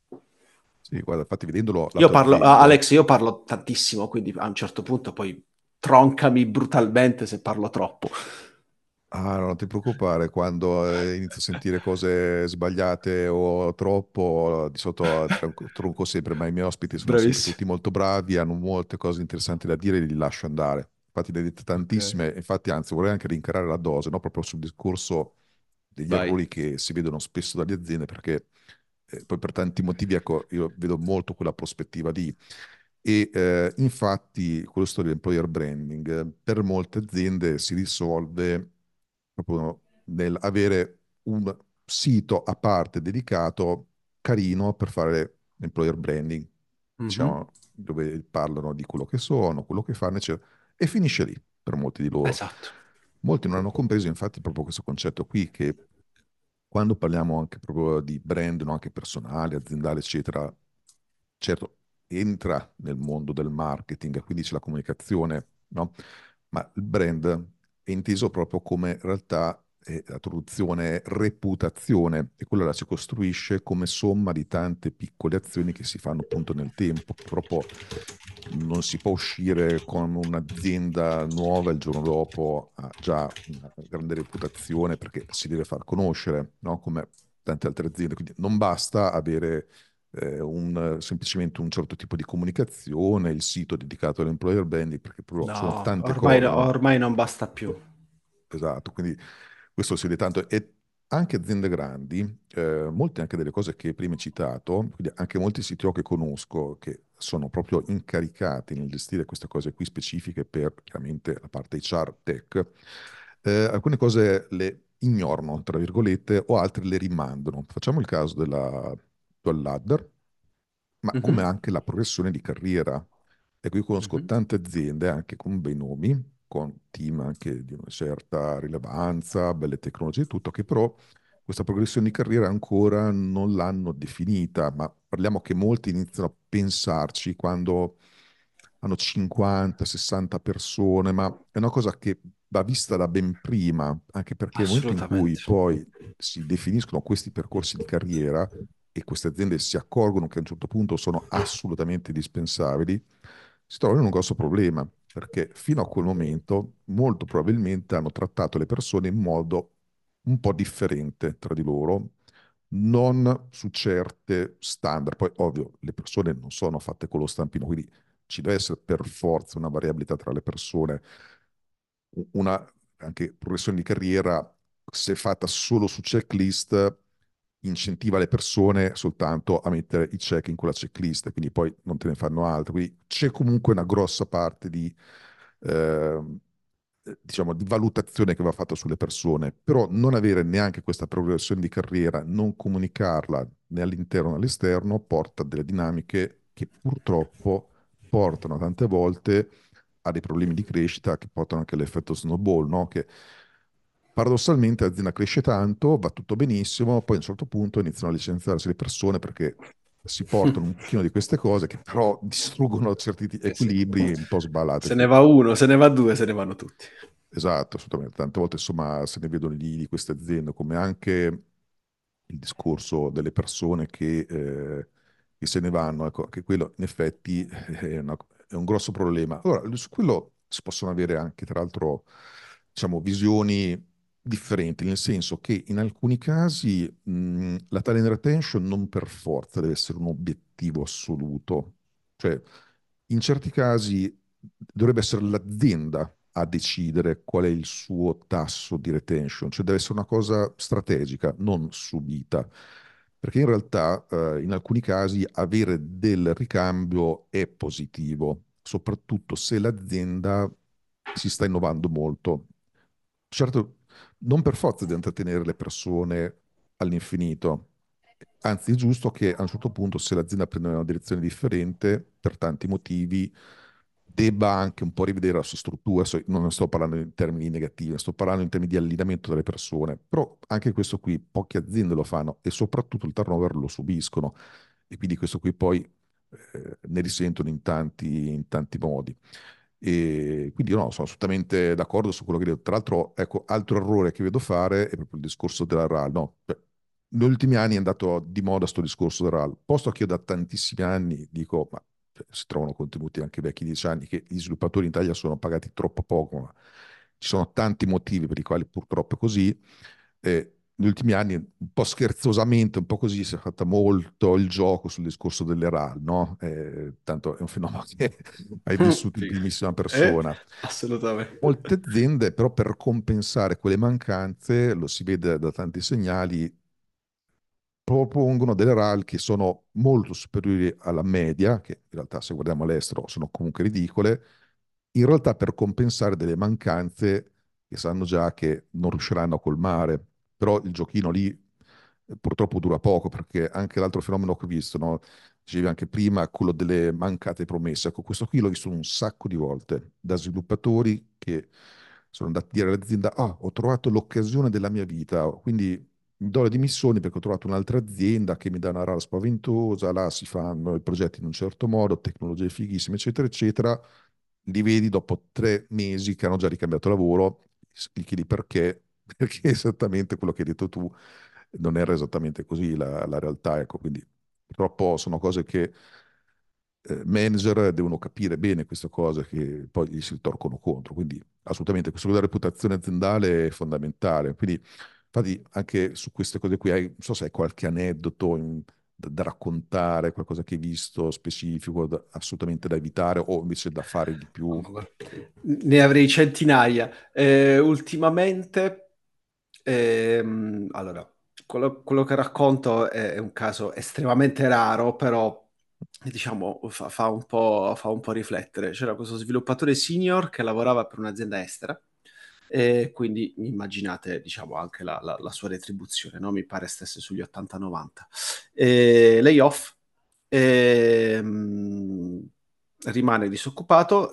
Sì, guarda, infatti vedendolo Io lato parlo, azienda, Alex, io parlo tantissimo, quindi a un certo punto poi troncami brutalmente se parlo troppo. ah, no, non ti preoccupare, quando inizio a sentire cose sbagliate o troppo, di solito tronco sempre, ma i miei ospiti sono sempre Bravissimo. tutti molto bravi, hanno molte cose interessanti da dire e li lascio andare. Infatti ne hai dette Ok, tantissime, infatti anzi vorrei anche rincarare la dose, no? Proprio sul discorso degli vai. errori che si vedono spesso dalle aziende, perché poi per tanti motivi, ecco, io vedo molto quella prospettiva lì. E infatti, questo dell'employer branding, per molte aziende si risolve proprio nel avere un sito a parte dedicato carino per fare employer branding, Mhm. diciamo, dove parlano di quello che sono, quello che fanno, eccetera, e finisce lì per molti di loro. Esatto. Molti non hanno compreso infatti proprio questo concetto qui, che quando parliamo anche proprio di brand, no, anche personali, aziendali, eccetera, certo, entra nel mondo del marketing, quindi c'è la comunicazione, no? Ma il brand è inteso proprio come in realtà la traduzione è reputazione, e quella la si costruisce come somma di tante piccole azioni che si fanno appunto nel tempo. Purtroppo non si può uscire con un'azienda nuova il giorno dopo ha già una grande reputazione perché si deve far conoscere, no? Come tante altre aziende. Quindi non basta avere semplicemente un certo tipo di comunicazione, il sito dedicato all'employer branding, perché proprio sono No, tante ormai, cose, no? ormai non basta più. Esatto, quindi questo si vede tanto. E anche aziende grandi, molte anche delle cose che prima hai citato, quindi anche molti CTO che conosco, che sono proprio incaricati nel gestire queste cose qui specifiche per chiaramente la parte HR tech, alcune cose le ignorano, tra virgolette, o altre le rimandano. Facciamo il caso della dual ladder, ma come Mhm, anche la progressione di carriera. Ecco, io conosco mhm. tante aziende anche con bei nomi, con team anche di una certa rilevanza, belle tecnologie e tutto, che però questa progressione di carriera ancora non l'hanno definita, ma parliamo che molti iniziano a pensarci quando hanno 50, 60 persone, ma è una cosa che va vista da ben prima, anche perché nel momento in cui Assolutamente. poi si definiscono questi percorsi di carriera, e queste aziende si accorgono che a un certo punto sono assolutamente indispensabili, si trovano in un grosso problema, perché fino a quel momento molto probabilmente hanno trattato le persone in modo un po' differente tra di loro, non su certe standard. Poi, ovvio, le persone non sono fatte con lo stampino, quindi ci deve essere per forza una variabilità tra le persone, una anche progressione di carriera, se fatta solo su checklist, incentiva le persone soltanto a mettere i check in quella checklist, e quindi poi non te ne fanno altre. Quindi c'è comunque una grossa parte di, eh, diciamo, di valutazione che va fatta sulle persone, però non avere neanche questa progressione di carriera, non comunicarla né all'interno né all'esterno, porta a delle dinamiche che purtroppo portano tante volte a dei problemi di crescita che portano anche all'effetto snowball, no? Che paradossalmente l'azienda cresce tanto, va tutto benissimo, poi a un certo punto iniziano a licenziarsi le persone perché si portano un pochino di queste cose che però distruggono certi Sì. equilibri un po' sballati. Se ne va uno, se ne va due, se ne vanno tutti. Esatto, assolutamente. Tante volte insomma se ne vedono di queste aziende, come anche il discorso delle persone che se ne vanno, ecco, che quello in effetti è un grosso problema. Allora, su quello si possono avere anche, tra l'altro, diciamo, visioni differenti, nel senso che in alcuni casi la talent retention non per forza deve essere un obiettivo assoluto, cioè in certi casi dovrebbe essere l'azienda a decidere qual è il suo tasso di retention, cioè deve essere una cosa strategica, non subita, perché in realtà in alcuni casi avere del ricambio è positivo, soprattutto se l'azienda si sta innovando molto. Certo, non per forza di intrattenere le persone all'infinito, anzi è giusto che a un certo punto, se l'azienda prende una direzione differente, per tanti motivi, debba anche un po' rivedere la sua struttura. Non ne sto parlando in termini negativi, sto parlando in termini di allineamento delle persone, però anche questo qui poche aziende lo fanno e soprattutto il turnover lo subiscono e quindi questo qui poi ne risentono in tanti modi. E quindi io no, sono assolutamente d'accordo su quello che hai detto. Tra l'altro, ecco, altro errore che vedo fare è proprio il discorso della RAL. No? Cioè, negli ultimi anni è andato di moda sto discorso della RAL, posto che io da tantissimi anni dico, ma cioè, si trovano contenuti anche vecchi 10 anni, che gli sviluppatori in Italia sono pagati troppo poco, ma ci sono tanti motivi per i quali purtroppo è così. Negli ultimi anni, un po' scherzosamente, un po' così, si è fatto molto il gioco sul discorso delle RAL, no? Tanto è un fenomeno che hai vissuto in Sì. primissima persona. Assolutamente. Molte aziende, però, per compensare quelle mancanze, lo si vede da tanti segnali, propongono delle RAL che sono molto superiori alla media, che in realtà se guardiamo all'estero sono comunque ridicole, in realtà per compensare delle mancanze che sanno già che non riusciranno a colmare. Però il giochino lì purtroppo dura poco, perché anche l'altro fenomeno che ho visto, no? Dicevi anche prima, quello delle mancate promesse. Ecco, questo qui l'ho visto un sacco di volte da sviluppatori che sono andati a dire all'azienda, ah, ho trovato l'occasione della mia vita, quindi mi do le dimissioni perché ho trovato un'altra azienda che mi dà una RAL spaventosa, là si fanno i progetti in un certo modo, tecnologie fighissime, eccetera, eccetera. Li vedi dopo 3 mesi che hanno già ricambiato lavoro, gli chiedi perché, perché è esattamente quello che hai detto tu, non era esattamente così la realtà, ecco, quindi purtroppo sono cose che manager devono capire bene queste cose che poi gli si ritorcono contro, quindi assolutamente questo della reputazione aziendale è fondamentale, quindi infatti anche su queste cose qui non so se hai qualche aneddoto da raccontare, qualcosa che hai visto specifico, assolutamente da evitare o invece da fare di più. Mamma guarda, ne avrei centinaia. Ultimamente, allora, quello che racconto è un caso estremamente raro, però diciamo fa un po' riflettere. C'era questo sviluppatore senior che lavorava per un'azienda estera e quindi immaginate, diciamo, anche la sua retribuzione, no? Mi pare stesse sugli 80-90. Layoff, ehm, rimane disoccupato.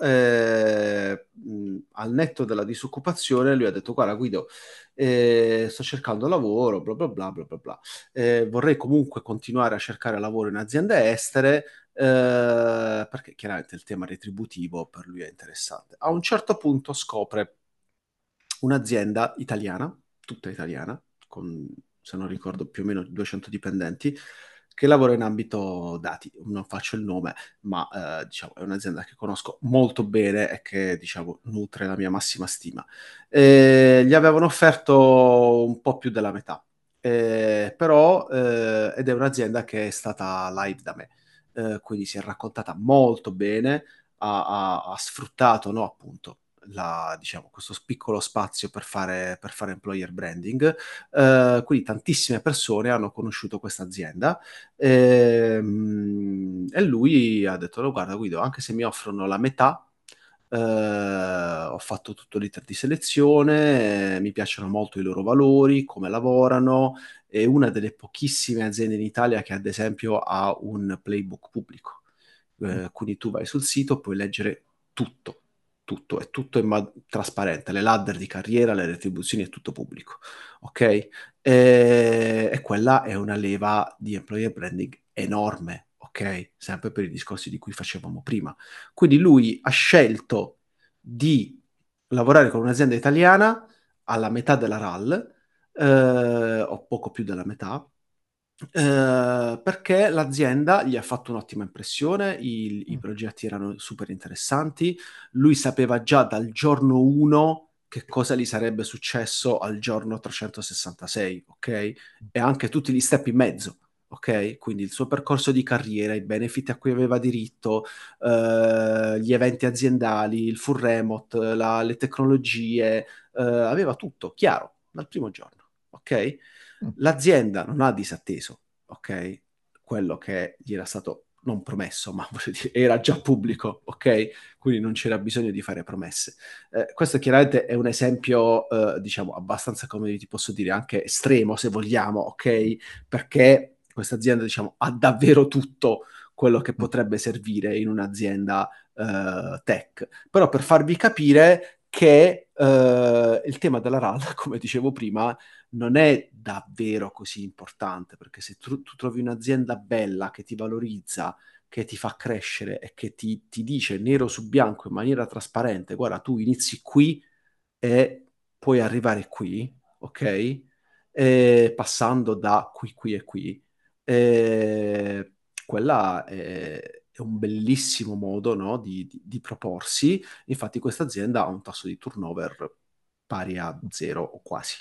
Al netto della disoccupazione, lui ha detto: Guarda, Guido, sto cercando lavoro, bla bla bla bla bla bla. Vorrei comunque continuare a cercare lavoro in aziende estere. Perché chiaramente il tema retributivo per lui è interessante. A un certo punto scopre un'azienda italiana, tutta italiana, con, se non ricordo, più o meno 200 dipendenti, che lavora in ambito dati. Non faccio il nome, ma diciamo, è un'azienda che conosco molto bene e che, diciamo, nutre la mia massima stima. Gli avevano offerto un po' più della metà, però, ed è un'azienda che è stata live da me. Quindi si è raccontata molto bene, ha sfruttato, no, appunto, diciamo, questo piccolo spazio per fare employer branding. Quindi tantissime persone hanno conosciuto questa azienda, e lui ha detto: "No, guarda Guido, anche se mi offrono la metà, ho fatto tutto l'iter di selezione, mi piacciono molto i loro valori, come lavorano, è una delle pochissime aziende in Italia che ad esempio ha un playbook pubblico. Quindi tu vai sul sito, puoi leggere tutto, tutto, è tutto trasparente, le ladder di carriera, le retribuzioni, è tutto pubblico, ok? E quella è una leva di employer branding enorme, ok? Sempre per i discorsi di cui facevamo prima. Quindi lui ha scelto di lavorare con un'azienda italiana alla metà della RAL, o poco più della metà, perché l'azienda gli ha fatto un'ottima impressione, i Mm. progetti erano super interessanti, lui sapeva già dal giorno 1 che cosa gli sarebbe successo al giorno 366, ok? E anche tutti gli step in mezzo, ok? Quindi il suo percorso di carriera, i benefit a cui aveva diritto, gli eventi aziendali, il full remote, le tecnologie, aveva tutto chiaro dal primo giorno, ok? Mm. L'azienda non ha disatteso, ok? Quello che gli era stato non promesso, ma voglio dire, era già pubblico, ok? Quindi non c'era bisogno di fare promesse. Questo chiaramente è un esempio, diciamo, abbastanza, come ti posso dire, anche estremo, se vogliamo, ok? Perché questa azienda, diciamo, ha davvero tutto quello che Mm. potrebbe servire in un'azienda tech. Però per farvi capire che il tema della RAL, come dicevo prima, non è davvero così importante, perché se tu trovi un'azienda bella che ti valorizza, che ti fa crescere e che ti dice nero su bianco in maniera trasparente, guarda, tu inizi qui e puoi arrivare qui, ok? Passando da qui, qui e qui. E quella è un bellissimo modo, no, di proporsi. Infatti questa azienda ha un tasso di turnover pari a zero o quasi.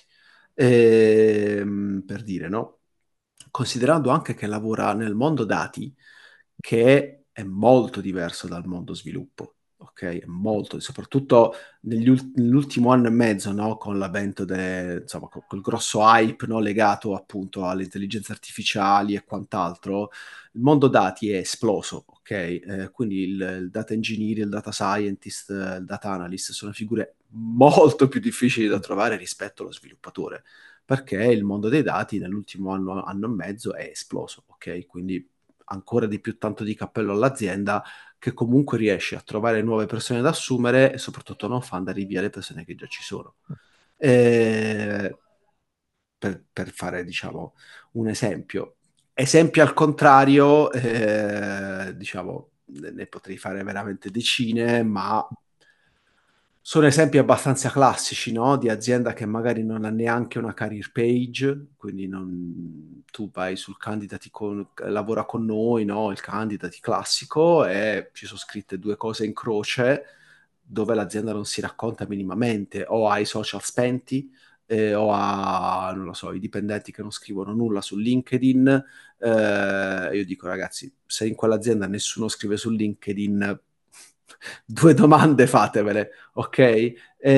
Per dire, no? Considerando anche che lavora nel mondo dati, che è molto diverso dal mondo sviluppo, ok? È molto, soprattutto nell'ultimo anno e mezzo, no? Con l'avvento insomma, col grosso hype, no? Legato appunto alle intelligenze artificiali e quant'altro, il mondo dati è esploso, ok? Quindi il data engineer, il data scientist, il data analyst sono figure molto più difficili da trovare rispetto allo sviluppatore, perché il mondo dei dati nell'ultimo anno e mezzo è esploso, ok? Quindi ancora di più tanto di cappello all'azienda che comunque riesce a trovare nuove persone da assumere e soprattutto non fa andare via le persone che già ci sono. Eh, per fare, diciamo, un esempio. Esempi al contrario, diciamo, ne potrei fare veramente decine, ma sono esempi abbastanza classici, no? Di azienda che magari non ha neanche una career page, quindi tu vai sul candidati lavora con noi, no? Il candidati classico e ci sono scritte due cose in croce dove l'azienda non si racconta minimamente, o ha i social spenti, o ha, non lo so, i dipendenti che non scrivono nulla su LinkedIn. Io dico, ragazzi, se in quell'azienda nessuno scrive su LinkedIn, due domande fatevele, ok?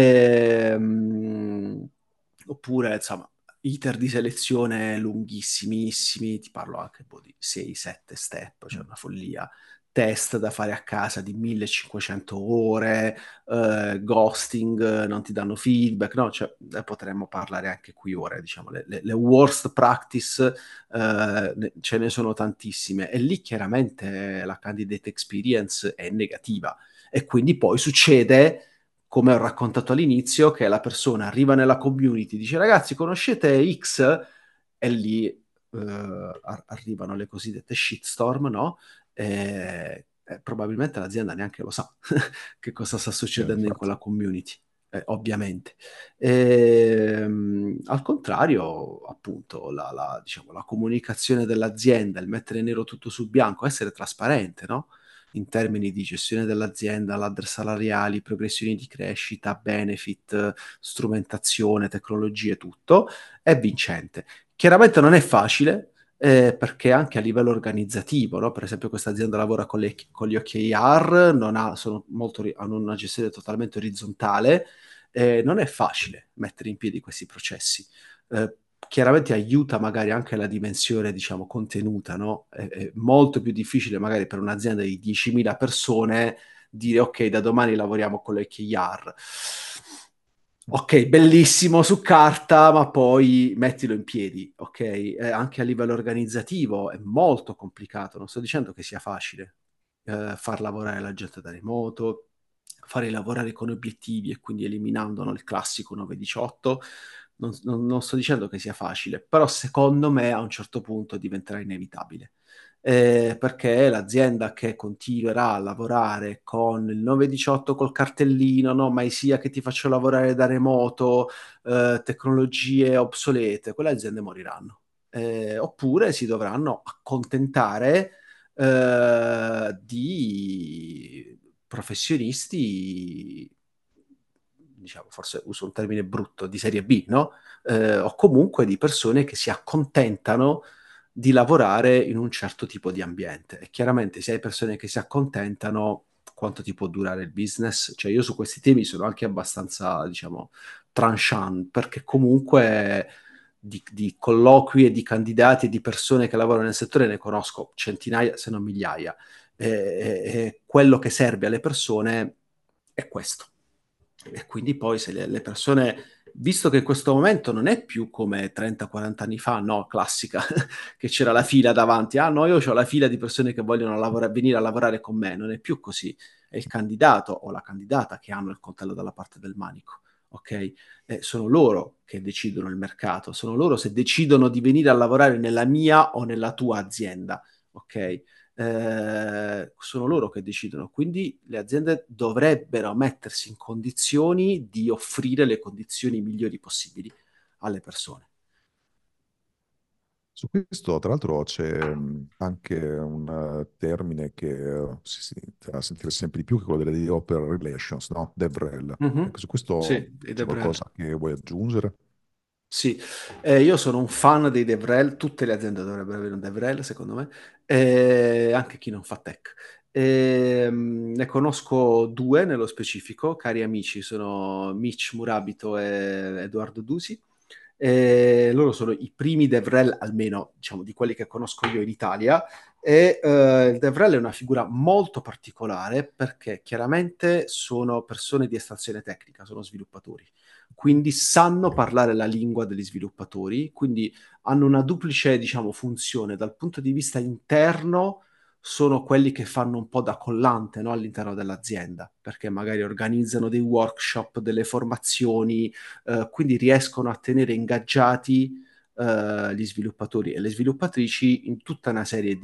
Oppure, insomma, iter di selezione lunghissimissimi, ti parlo anche un po' di 6-7 step, cioè una follia. Test da fare a casa di 1500 ore, ghosting, non ti danno feedback, no? Cioè, potremmo parlare anche qui ore, diciamo, le worst practice, ce ne sono tantissime e lì chiaramente la candidate experience è negativa e quindi poi succede, come ho raccontato all'inizio, che la persona arriva nella community, dice ragazzi conoscete X e lì arrivano le cosiddette shitstorm, no? Probabilmente l'azienda neanche lo sa che cosa sta succedendo in Infatti. quella community, ovviamente. Al contrario, appunto, diciamo, la comunicazione dell'azienda, il mettere nero tutto su bianco, essere trasparente, no? In termini di gestione dell'azienda, ladder salariali, progressioni di crescita, benefit, strumentazione, tecnologie, tutto, è vincente. Chiaramente non è facile, perché anche a livello organizzativo, no? Per esempio questa azienda lavora con gli OKR, hanno una gestione totalmente orizzontale, non è facile mettere in piedi questi processi. Chiaramente aiuta magari anche la dimensione, diciamo, contenuta, no? È molto più difficile magari per un'azienda di 10.000 persone dire ok, da domani lavoriamo con le OKR. Ok, bellissimo su carta, ma poi mettilo in piedi, ok? Anche a livello organizzativo è molto complicato, non sto dicendo che sia facile far lavorare la gente da remoto, farli lavorare con obiettivi e quindi eliminando, no, il classico 9-18. Non sto dicendo che sia facile, però secondo me a un certo punto diventerà inevitabile. Perché l'azienda che continuerà a lavorare con il 9-18 col cartellino, no, mai sia che ti faccio lavorare da remoto, tecnologie obsolete, quelle aziende moriranno. Oppure si dovranno accontentare di professionisti, diciamo, forse uso un termine brutto, di serie B, no? O comunque di persone che si accontentano di lavorare in un certo tipo di ambiente. E chiaramente se hai persone che si accontentano, quanto ti può durare il business? Cioè io su questi temi sono anche abbastanza, diciamo, tranchant, perché comunque di colloqui e di candidati e di persone che lavorano nel settore ne conosco centinaia, se non migliaia. E quello che serve alle persone è questo. E quindi poi se le persone, visto che in questo momento non è più come 30-40 anni fa, no, classica, che c'era la fila davanti, ah no, io ho la fila di persone che vogliono venire a lavorare con me, non è più così, è il candidato o la candidata che hanno il coltello dalla parte del manico, ok? Sono loro che decidono il mercato, sono loro se decidono di venire a lavorare nella mia o nella tua azienda, ok? Sono loro che decidono, quindi le aziende dovrebbero mettersi in condizioni di offrire le condizioni migliori possibili alle persone. Su questo, tra l'altro, c'è anche un termine che si inizia a sentire sempre di più, che è quello delle developer relations, no? DevRel. Mhm. Ecco, su questo Sì, dei c'è DevRel. qualcosa che vuoi aggiungere? Sì, io sono un fan dei DevRel, tutte le aziende dovrebbero avere un DevRel, secondo me, anche chi non fa tech. Ne conosco due nello specifico, cari amici, sono Mitch Murabito e Edoardo Dusi. Loro sono i primi DevRel, almeno diciamo di quelli che conosco io in Italia, e il DevRel è una figura molto particolare perché chiaramente sono persone di estrazione tecnica, sono sviluppatori, quindi sanno parlare la lingua degli sviluppatori, quindi hanno una duplice, diciamo, funzione. Dal punto di vista interno sono quelli che fanno un po' da collante, no, all'interno dell'azienda, perché magari organizzano dei workshop, delle formazioni, quindi riescono a tenere ingaggiati gli sviluppatori e le sviluppatrici in tutta una serie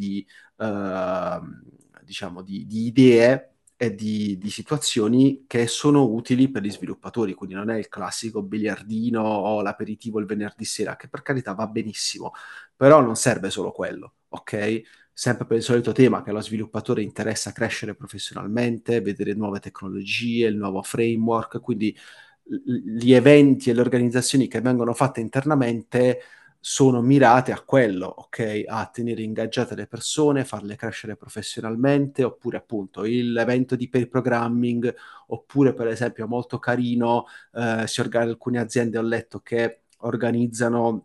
eh, diciamo, di idee e di situazioni che sono utili per gli sviluppatori, quindi non è il classico biliardino o l'aperitivo il venerdì sera, che per carità va benissimo, però non serve solo quello, ok? Sempre per il solito tema che allo sviluppatore interessa crescere professionalmente, vedere nuove tecnologie, il nuovo framework, quindi gli eventi e le organizzazioni che vengono fatte internamente sono mirate a quello, ok? A tenere ingaggiate le persone, farle crescere professionalmente, oppure appunto l'evento di pair programming, oppure per esempio molto carino, alcune aziende ho letto che organizzano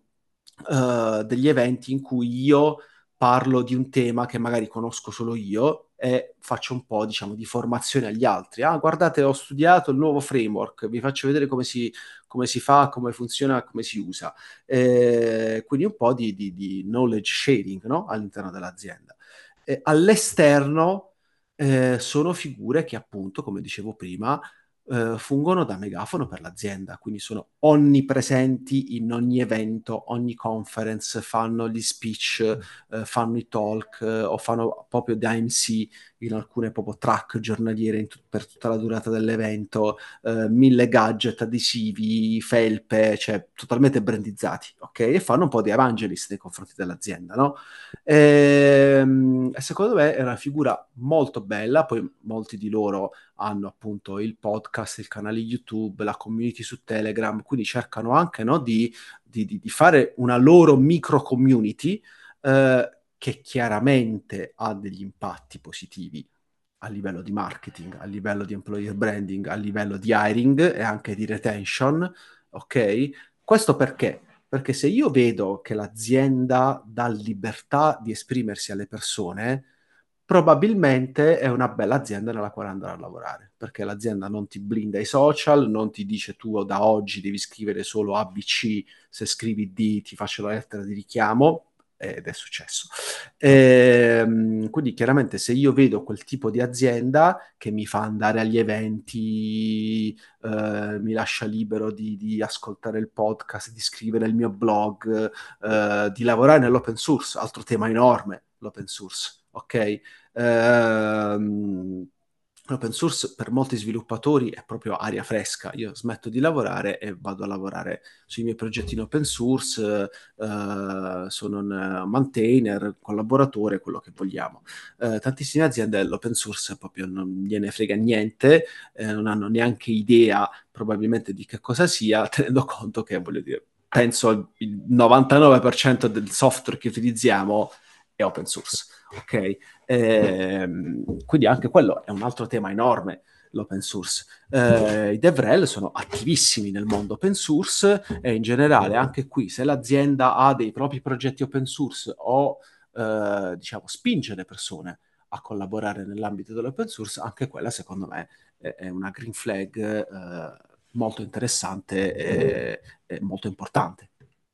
degli eventi in cui io parlo di un tema che magari conosco solo io e faccio un po', diciamo, di formazione agli altri. Ah, guardate, ho studiato il nuovo framework, vi faccio vedere come si fa, come funziona, come si usa. Quindi un po' di knowledge sharing, no? All'interno dell'azienda. All'esterno sono figure che appunto, come dicevo prima, fungono da megafono per l'azienda, quindi sono onnipresenti in ogni evento, ogni conference, fanno gli speech, fanno i talk o fanno proprio da MC in alcune proprio track giornaliere per tutta la durata dell'evento, 1000 gadget adesivi, felpe, cioè totalmente brandizzati, ok? E fanno un po' di evangelist nei confronti dell'azienda, no? Secondo me è una figura molto bella, poi molti di loro hanno appunto il podcast, il canale YouTube, la community su Telegram, quindi cercano anche, no, di fare una loro micro community che chiaramente ha degli impatti positivi a livello di marketing, a livello di employer branding, a livello di hiring e anche di retention, ok? Questo perché? Perché se io vedo che l'azienda dà libertà di esprimersi alle persone, probabilmente è una bella azienda nella quale andare a lavorare, perché l'azienda non ti blinda i social, non ti dice tu da oggi devi scrivere solo ABC, se scrivi D ti faccio la lettera di richiamo, ed è successo. Quindi chiaramente se io vedo quel tipo di azienda che mi fa andare agli eventi, mi lascia libero di ascoltare il podcast, di scrivere il mio blog, di lavorare nell'open source, altro tema enorme, l'open source, ok? L'open source per molti sviluppatori è proprio aria fresca. Io smetto di lavorare e vado a lavorare sui miei progetti in open source, sono un maintainer, collaboratore, quello che vogliamo. Tantissime aziende l'open source proprio non gliene frega niente, non hanno neanche idea probabilmente di che cosa sia, tenendo conto che, voglio dire, penso il 99% del software che utilizziamo è open source, ok? Quindi anche quello è un altro tema enorme, l'open source. I DevRel sono attivissimi nel mondo open source e in generale anche qui se l'azienda ha dei propri progetti open source o diciamo spinge le persone a collaborare nell'ambito dell'open source, anche quella secondo me è una green flag molto interessante e molto importante.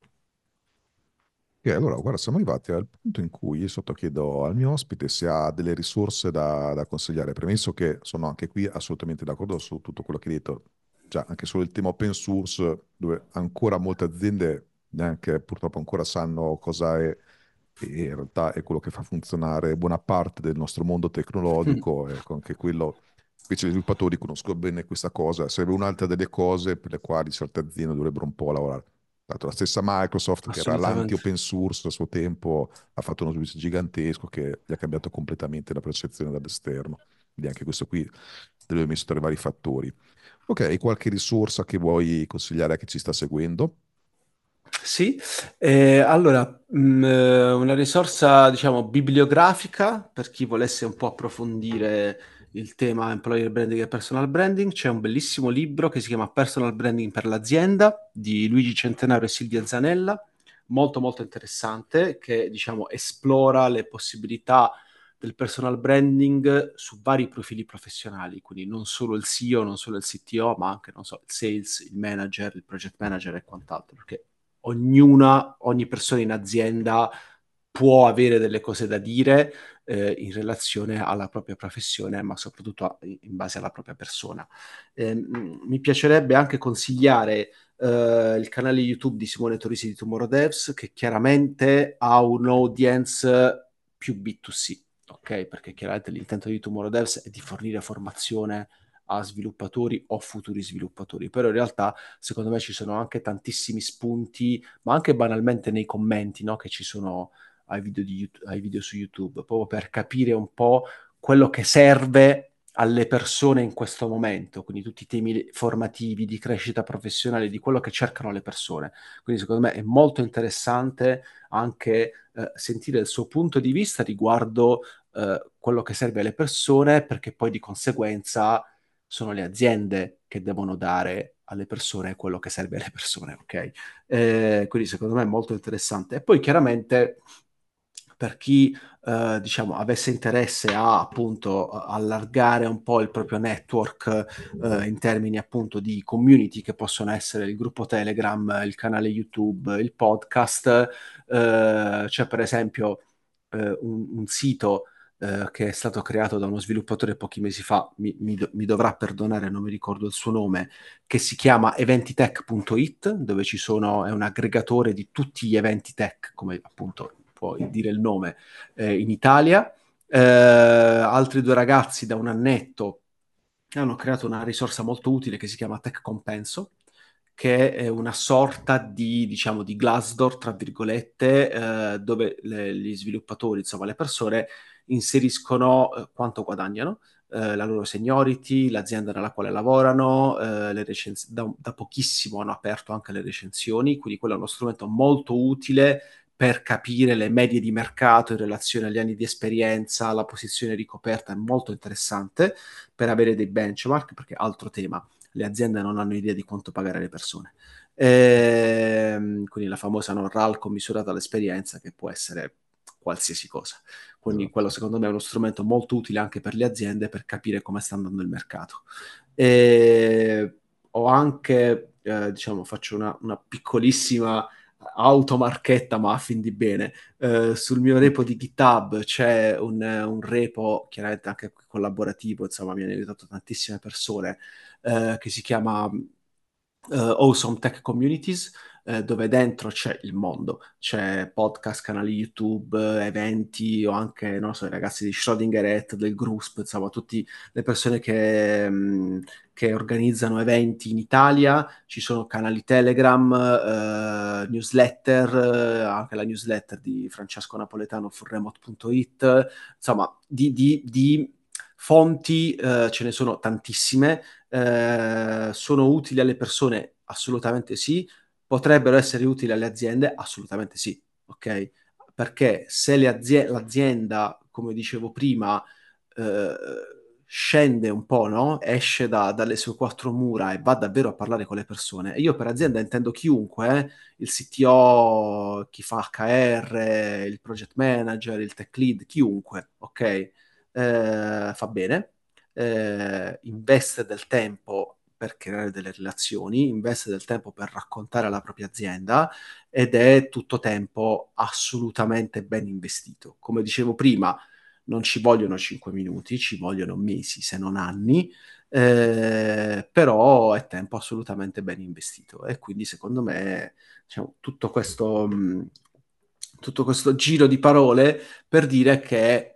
E allora, guarda, siamo arrivati al punto in cui sotto chiedo al mio ospite se ha delle risorse da consigliare, premesso che sono anche qui assolutamente d'accordo su tutto quello che hai detto, già anche sul tema open source, dove ancora molte aziende neanche purtroppo ancora sanno cosa è, e in realtà è quello che fa funzionare buona parte del nostro mondo tecnologico, ecco, anche quello, invece gli sviluppatori conoscono bene questa cosa, serve un'altra delle cose per le quali certe aziende dovrebbero un po' lavorare. Tra l'altro, la stessa Microsoft, che era Assolutamente. l'anti-open source a suo tempo, ha fatto uno switch gigantesco che gli ha cambiato completamente la percezione dall'esterno. Quindi anche questo qui deve messo tra i vari fattori. Ok, hai qualche risorsa che vuoi consigliare a chi ci sta seguendo? Sì, allora, una risorsa, diciamo, bibliografica per chi volesse un po' approfondire il tema employer branding e personal branding. C'è un bellissimo libro che si chiama Personal Branding per l'azienda di Luigi Centenario e Silvia Zanella, molto molto interessante, che, diciamo, esplora le possibilità del personal branding su vari profili professionali, quindi non solo il CEO, non solo il CTO, ma anche, non so, il sales, il manager, il project manager e quant'altro, perché ogni persona in azienda può avere delle cose da dire in relazione alla propria professione, ma soprattutto in base alla propria persona. Mi piacerebbe anche consigliare il canale YouTube di Simone Torisi di Tomorrow Devs, che chiaramente ha un'audience più B2C, ok? Perché chiaramente l'intento di Tomorrow Devs è di fornire formazione a sviluppatori o futuri sviluppatori, però in realtà secondo me ci sono anche tantissimi spunti, ma anche banalmente nei commenti, no? Che ci sono ai video su YouTube, proprio per capire un po' quello che serve alle persone in questo momento, quindi tutti i temi formativi, di crescita professionale, di quello che cercano le persone. Quindi secondo me è molto interessante anche sentire il suo punto di vista riguardo quello che serve alle persone, perché poi di conseguenza sono le aziende che devono dare alle persone quello che serve alle persone, ok? Quindi secondo me è molto interessante. E poi chiaramente per chi diciamo avesse interesse a appunto allargare un po' il proprio network in termini appunto di community che possono essere il gruppo Telegram, il canale YouTube, il podcast, c'è per esempio un sito che è stato creato da uno sviluppatore pochi mesi fa, mi dovrà perdonare, non mi ricordo il suo nome, che si chiama eventitech.it, dove ci sono, è un aggregatore di tutti gli eventi tech, come appunto puoi dire il nome, in Italia. Altri due ragazzi da un annetto hanno creato una risorsa molto utile che si chiama Tech Compenso, che è una sorta di, diciamo, di Glassdoor, tra virgolette, dove gli sviluppatori, insomma, le persone inseriscono quanto guadagnano, la loro seniority, l'azienda nella quale lavorano, da pochissimo hanno aperto anche le recensioni, quindi quello è uno strumento molto utile per capire le medie di mercato in relazione agli anni di esperienza, la posizione ricoperta è molto interessante per avere dei benchmark, perché altro tema, le aziende non hanno idea di quanto pagare le persone. Quindi la famosa non RAL commisurata all'esperienza, che può essere qualsiasi cosa. Quindi quello Esatto. secondo me è uno strumento molto utile anche per le aziende per capire come sta andando il mercato. E ho anche, diciamo, faccio una piccolissima automarchetta, ma a fin di bene. Sul mio repo di GitHub c'è un repo, chiaramente anche collaborativo, insomma, mi hanno aiutato tantissime persone, che si chiama Awesome Tech Communities, dove dentro c'è il mondo, c'è podcast, canali YouTube, eventi o anche, non lo so, i ragazzi di Schrödinger Het, del Grusp, insomma, tutte le persone che organizzano eventi in Italia, ci sono canali Telegram, newsletter, anche la newsletter di Francesco Napoletano, fullremote.it, insomma, di fonti ce ne sono tantissime, sono utili alle persone? Assolutamente sì. Potrebbero essere utili alle aziende? Assolutamente sì, ok? Perché se l'azienda, come dicevo prima, eh, scende un po', no? Esce dalle sue quattro mura e va davvero a parlare con le persone. E io per azienda intendo chiunque, il CTO, chi fa HR, il project manager, il tech lead, chiunque, ok? Fa bene, investe del tempo per creare delle relazioni, investe del tempo per raccontare la propria azienda ed è tutto tempo assolutamente ben investito. Come dicevo prima, non ci vogliono 5 minuti, ci vogliono mesi, se non anni, però è tempo assolutamente ben investito e quindi secondo me diciamo, tutto questo giro di parole per dire che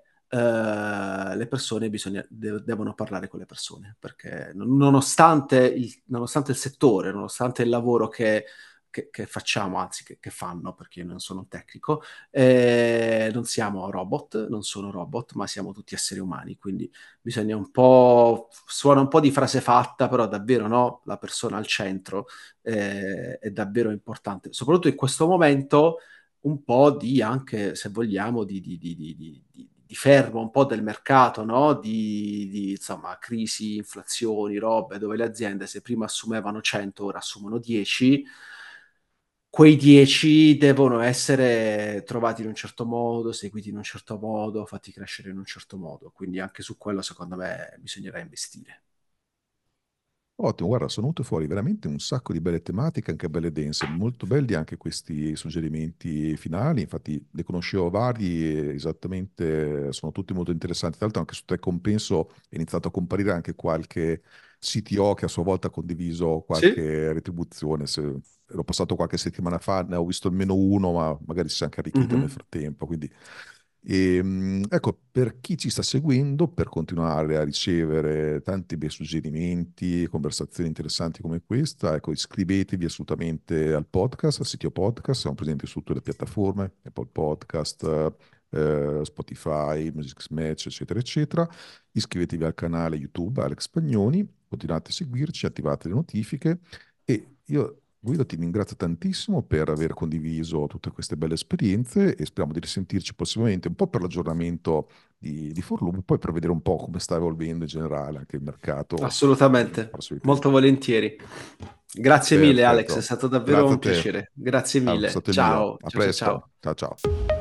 le persone devono parlare con le persone, perché nonostante il settore, nonostante il lavoro che facciamo, anzi che fanno, perché io non sono un tecnico, non siamo robot, non sono robot, ma siamo tutti esseri umani, quindi bisogna un po', suona un po' di frase fatta, però davvero no, la persona al centro è davvero importante, soprattutto in questo momento un po' di anche, se vogliamo, di fermo un po' del mercato, no? Insomma, crisi, inflazioni, robe, dove le aziende se prima assumevano 100, ora assumono 10, quei 10 devono essere trovati in un certo modo, seguiti in un certo modo, fatti crescere in un certo modo. Quindi anche su quello, secondo me, bisognerà investire. Ottimo, guarda, sono venute fuori veramente un sacco di belle tematiche, anche belle dense, molto belli anche questi suggerimenti finali, infatti ne conoscevo vari e esattamente sono tutti molto interessanti. Tra l'altro anche su Tech Compenso è iniziato a comparire anche qualche CTO che a sua volta ha condiviso Sì? qualche retribuzione. Ero passato qualche settimana fa, ne ho visto almeno uno, ma magari si è anche arricchito nel Mhm. frattempo, quindi ecco, per chi ci sta seguendo, per continuare a ricevere tanti bei suggerimenti, conversazioni interessanti come questa, ecco, iscrivetevi assolutamente al podcast, al sito podcast, siamo presenti su tutte le piattaforme, Apple Podcast, Spotify, Music Match, eccetera, eccetera. Iscrivetevi al canale YouTube Alex Spagnoni, continuate a seguirci, attivate le notifiche e io Guido ti ringrazio tantissimo per aver condiviso tutte queste belle esperienze e speriamo di risentirci prossimamente un po' per l'aggiornamento di Forloom, poi per vedere un po' come sta evolvendo in generale anche il mercato Assolutamente, verso di te. molto volentieri. Grazie mille, Alex, è Perfetto, stato davvero grazie a un te, piacere. Grazie è mille. stato il mio. Ciao, A ciao, ciao, presto, ciao. ciao ciao.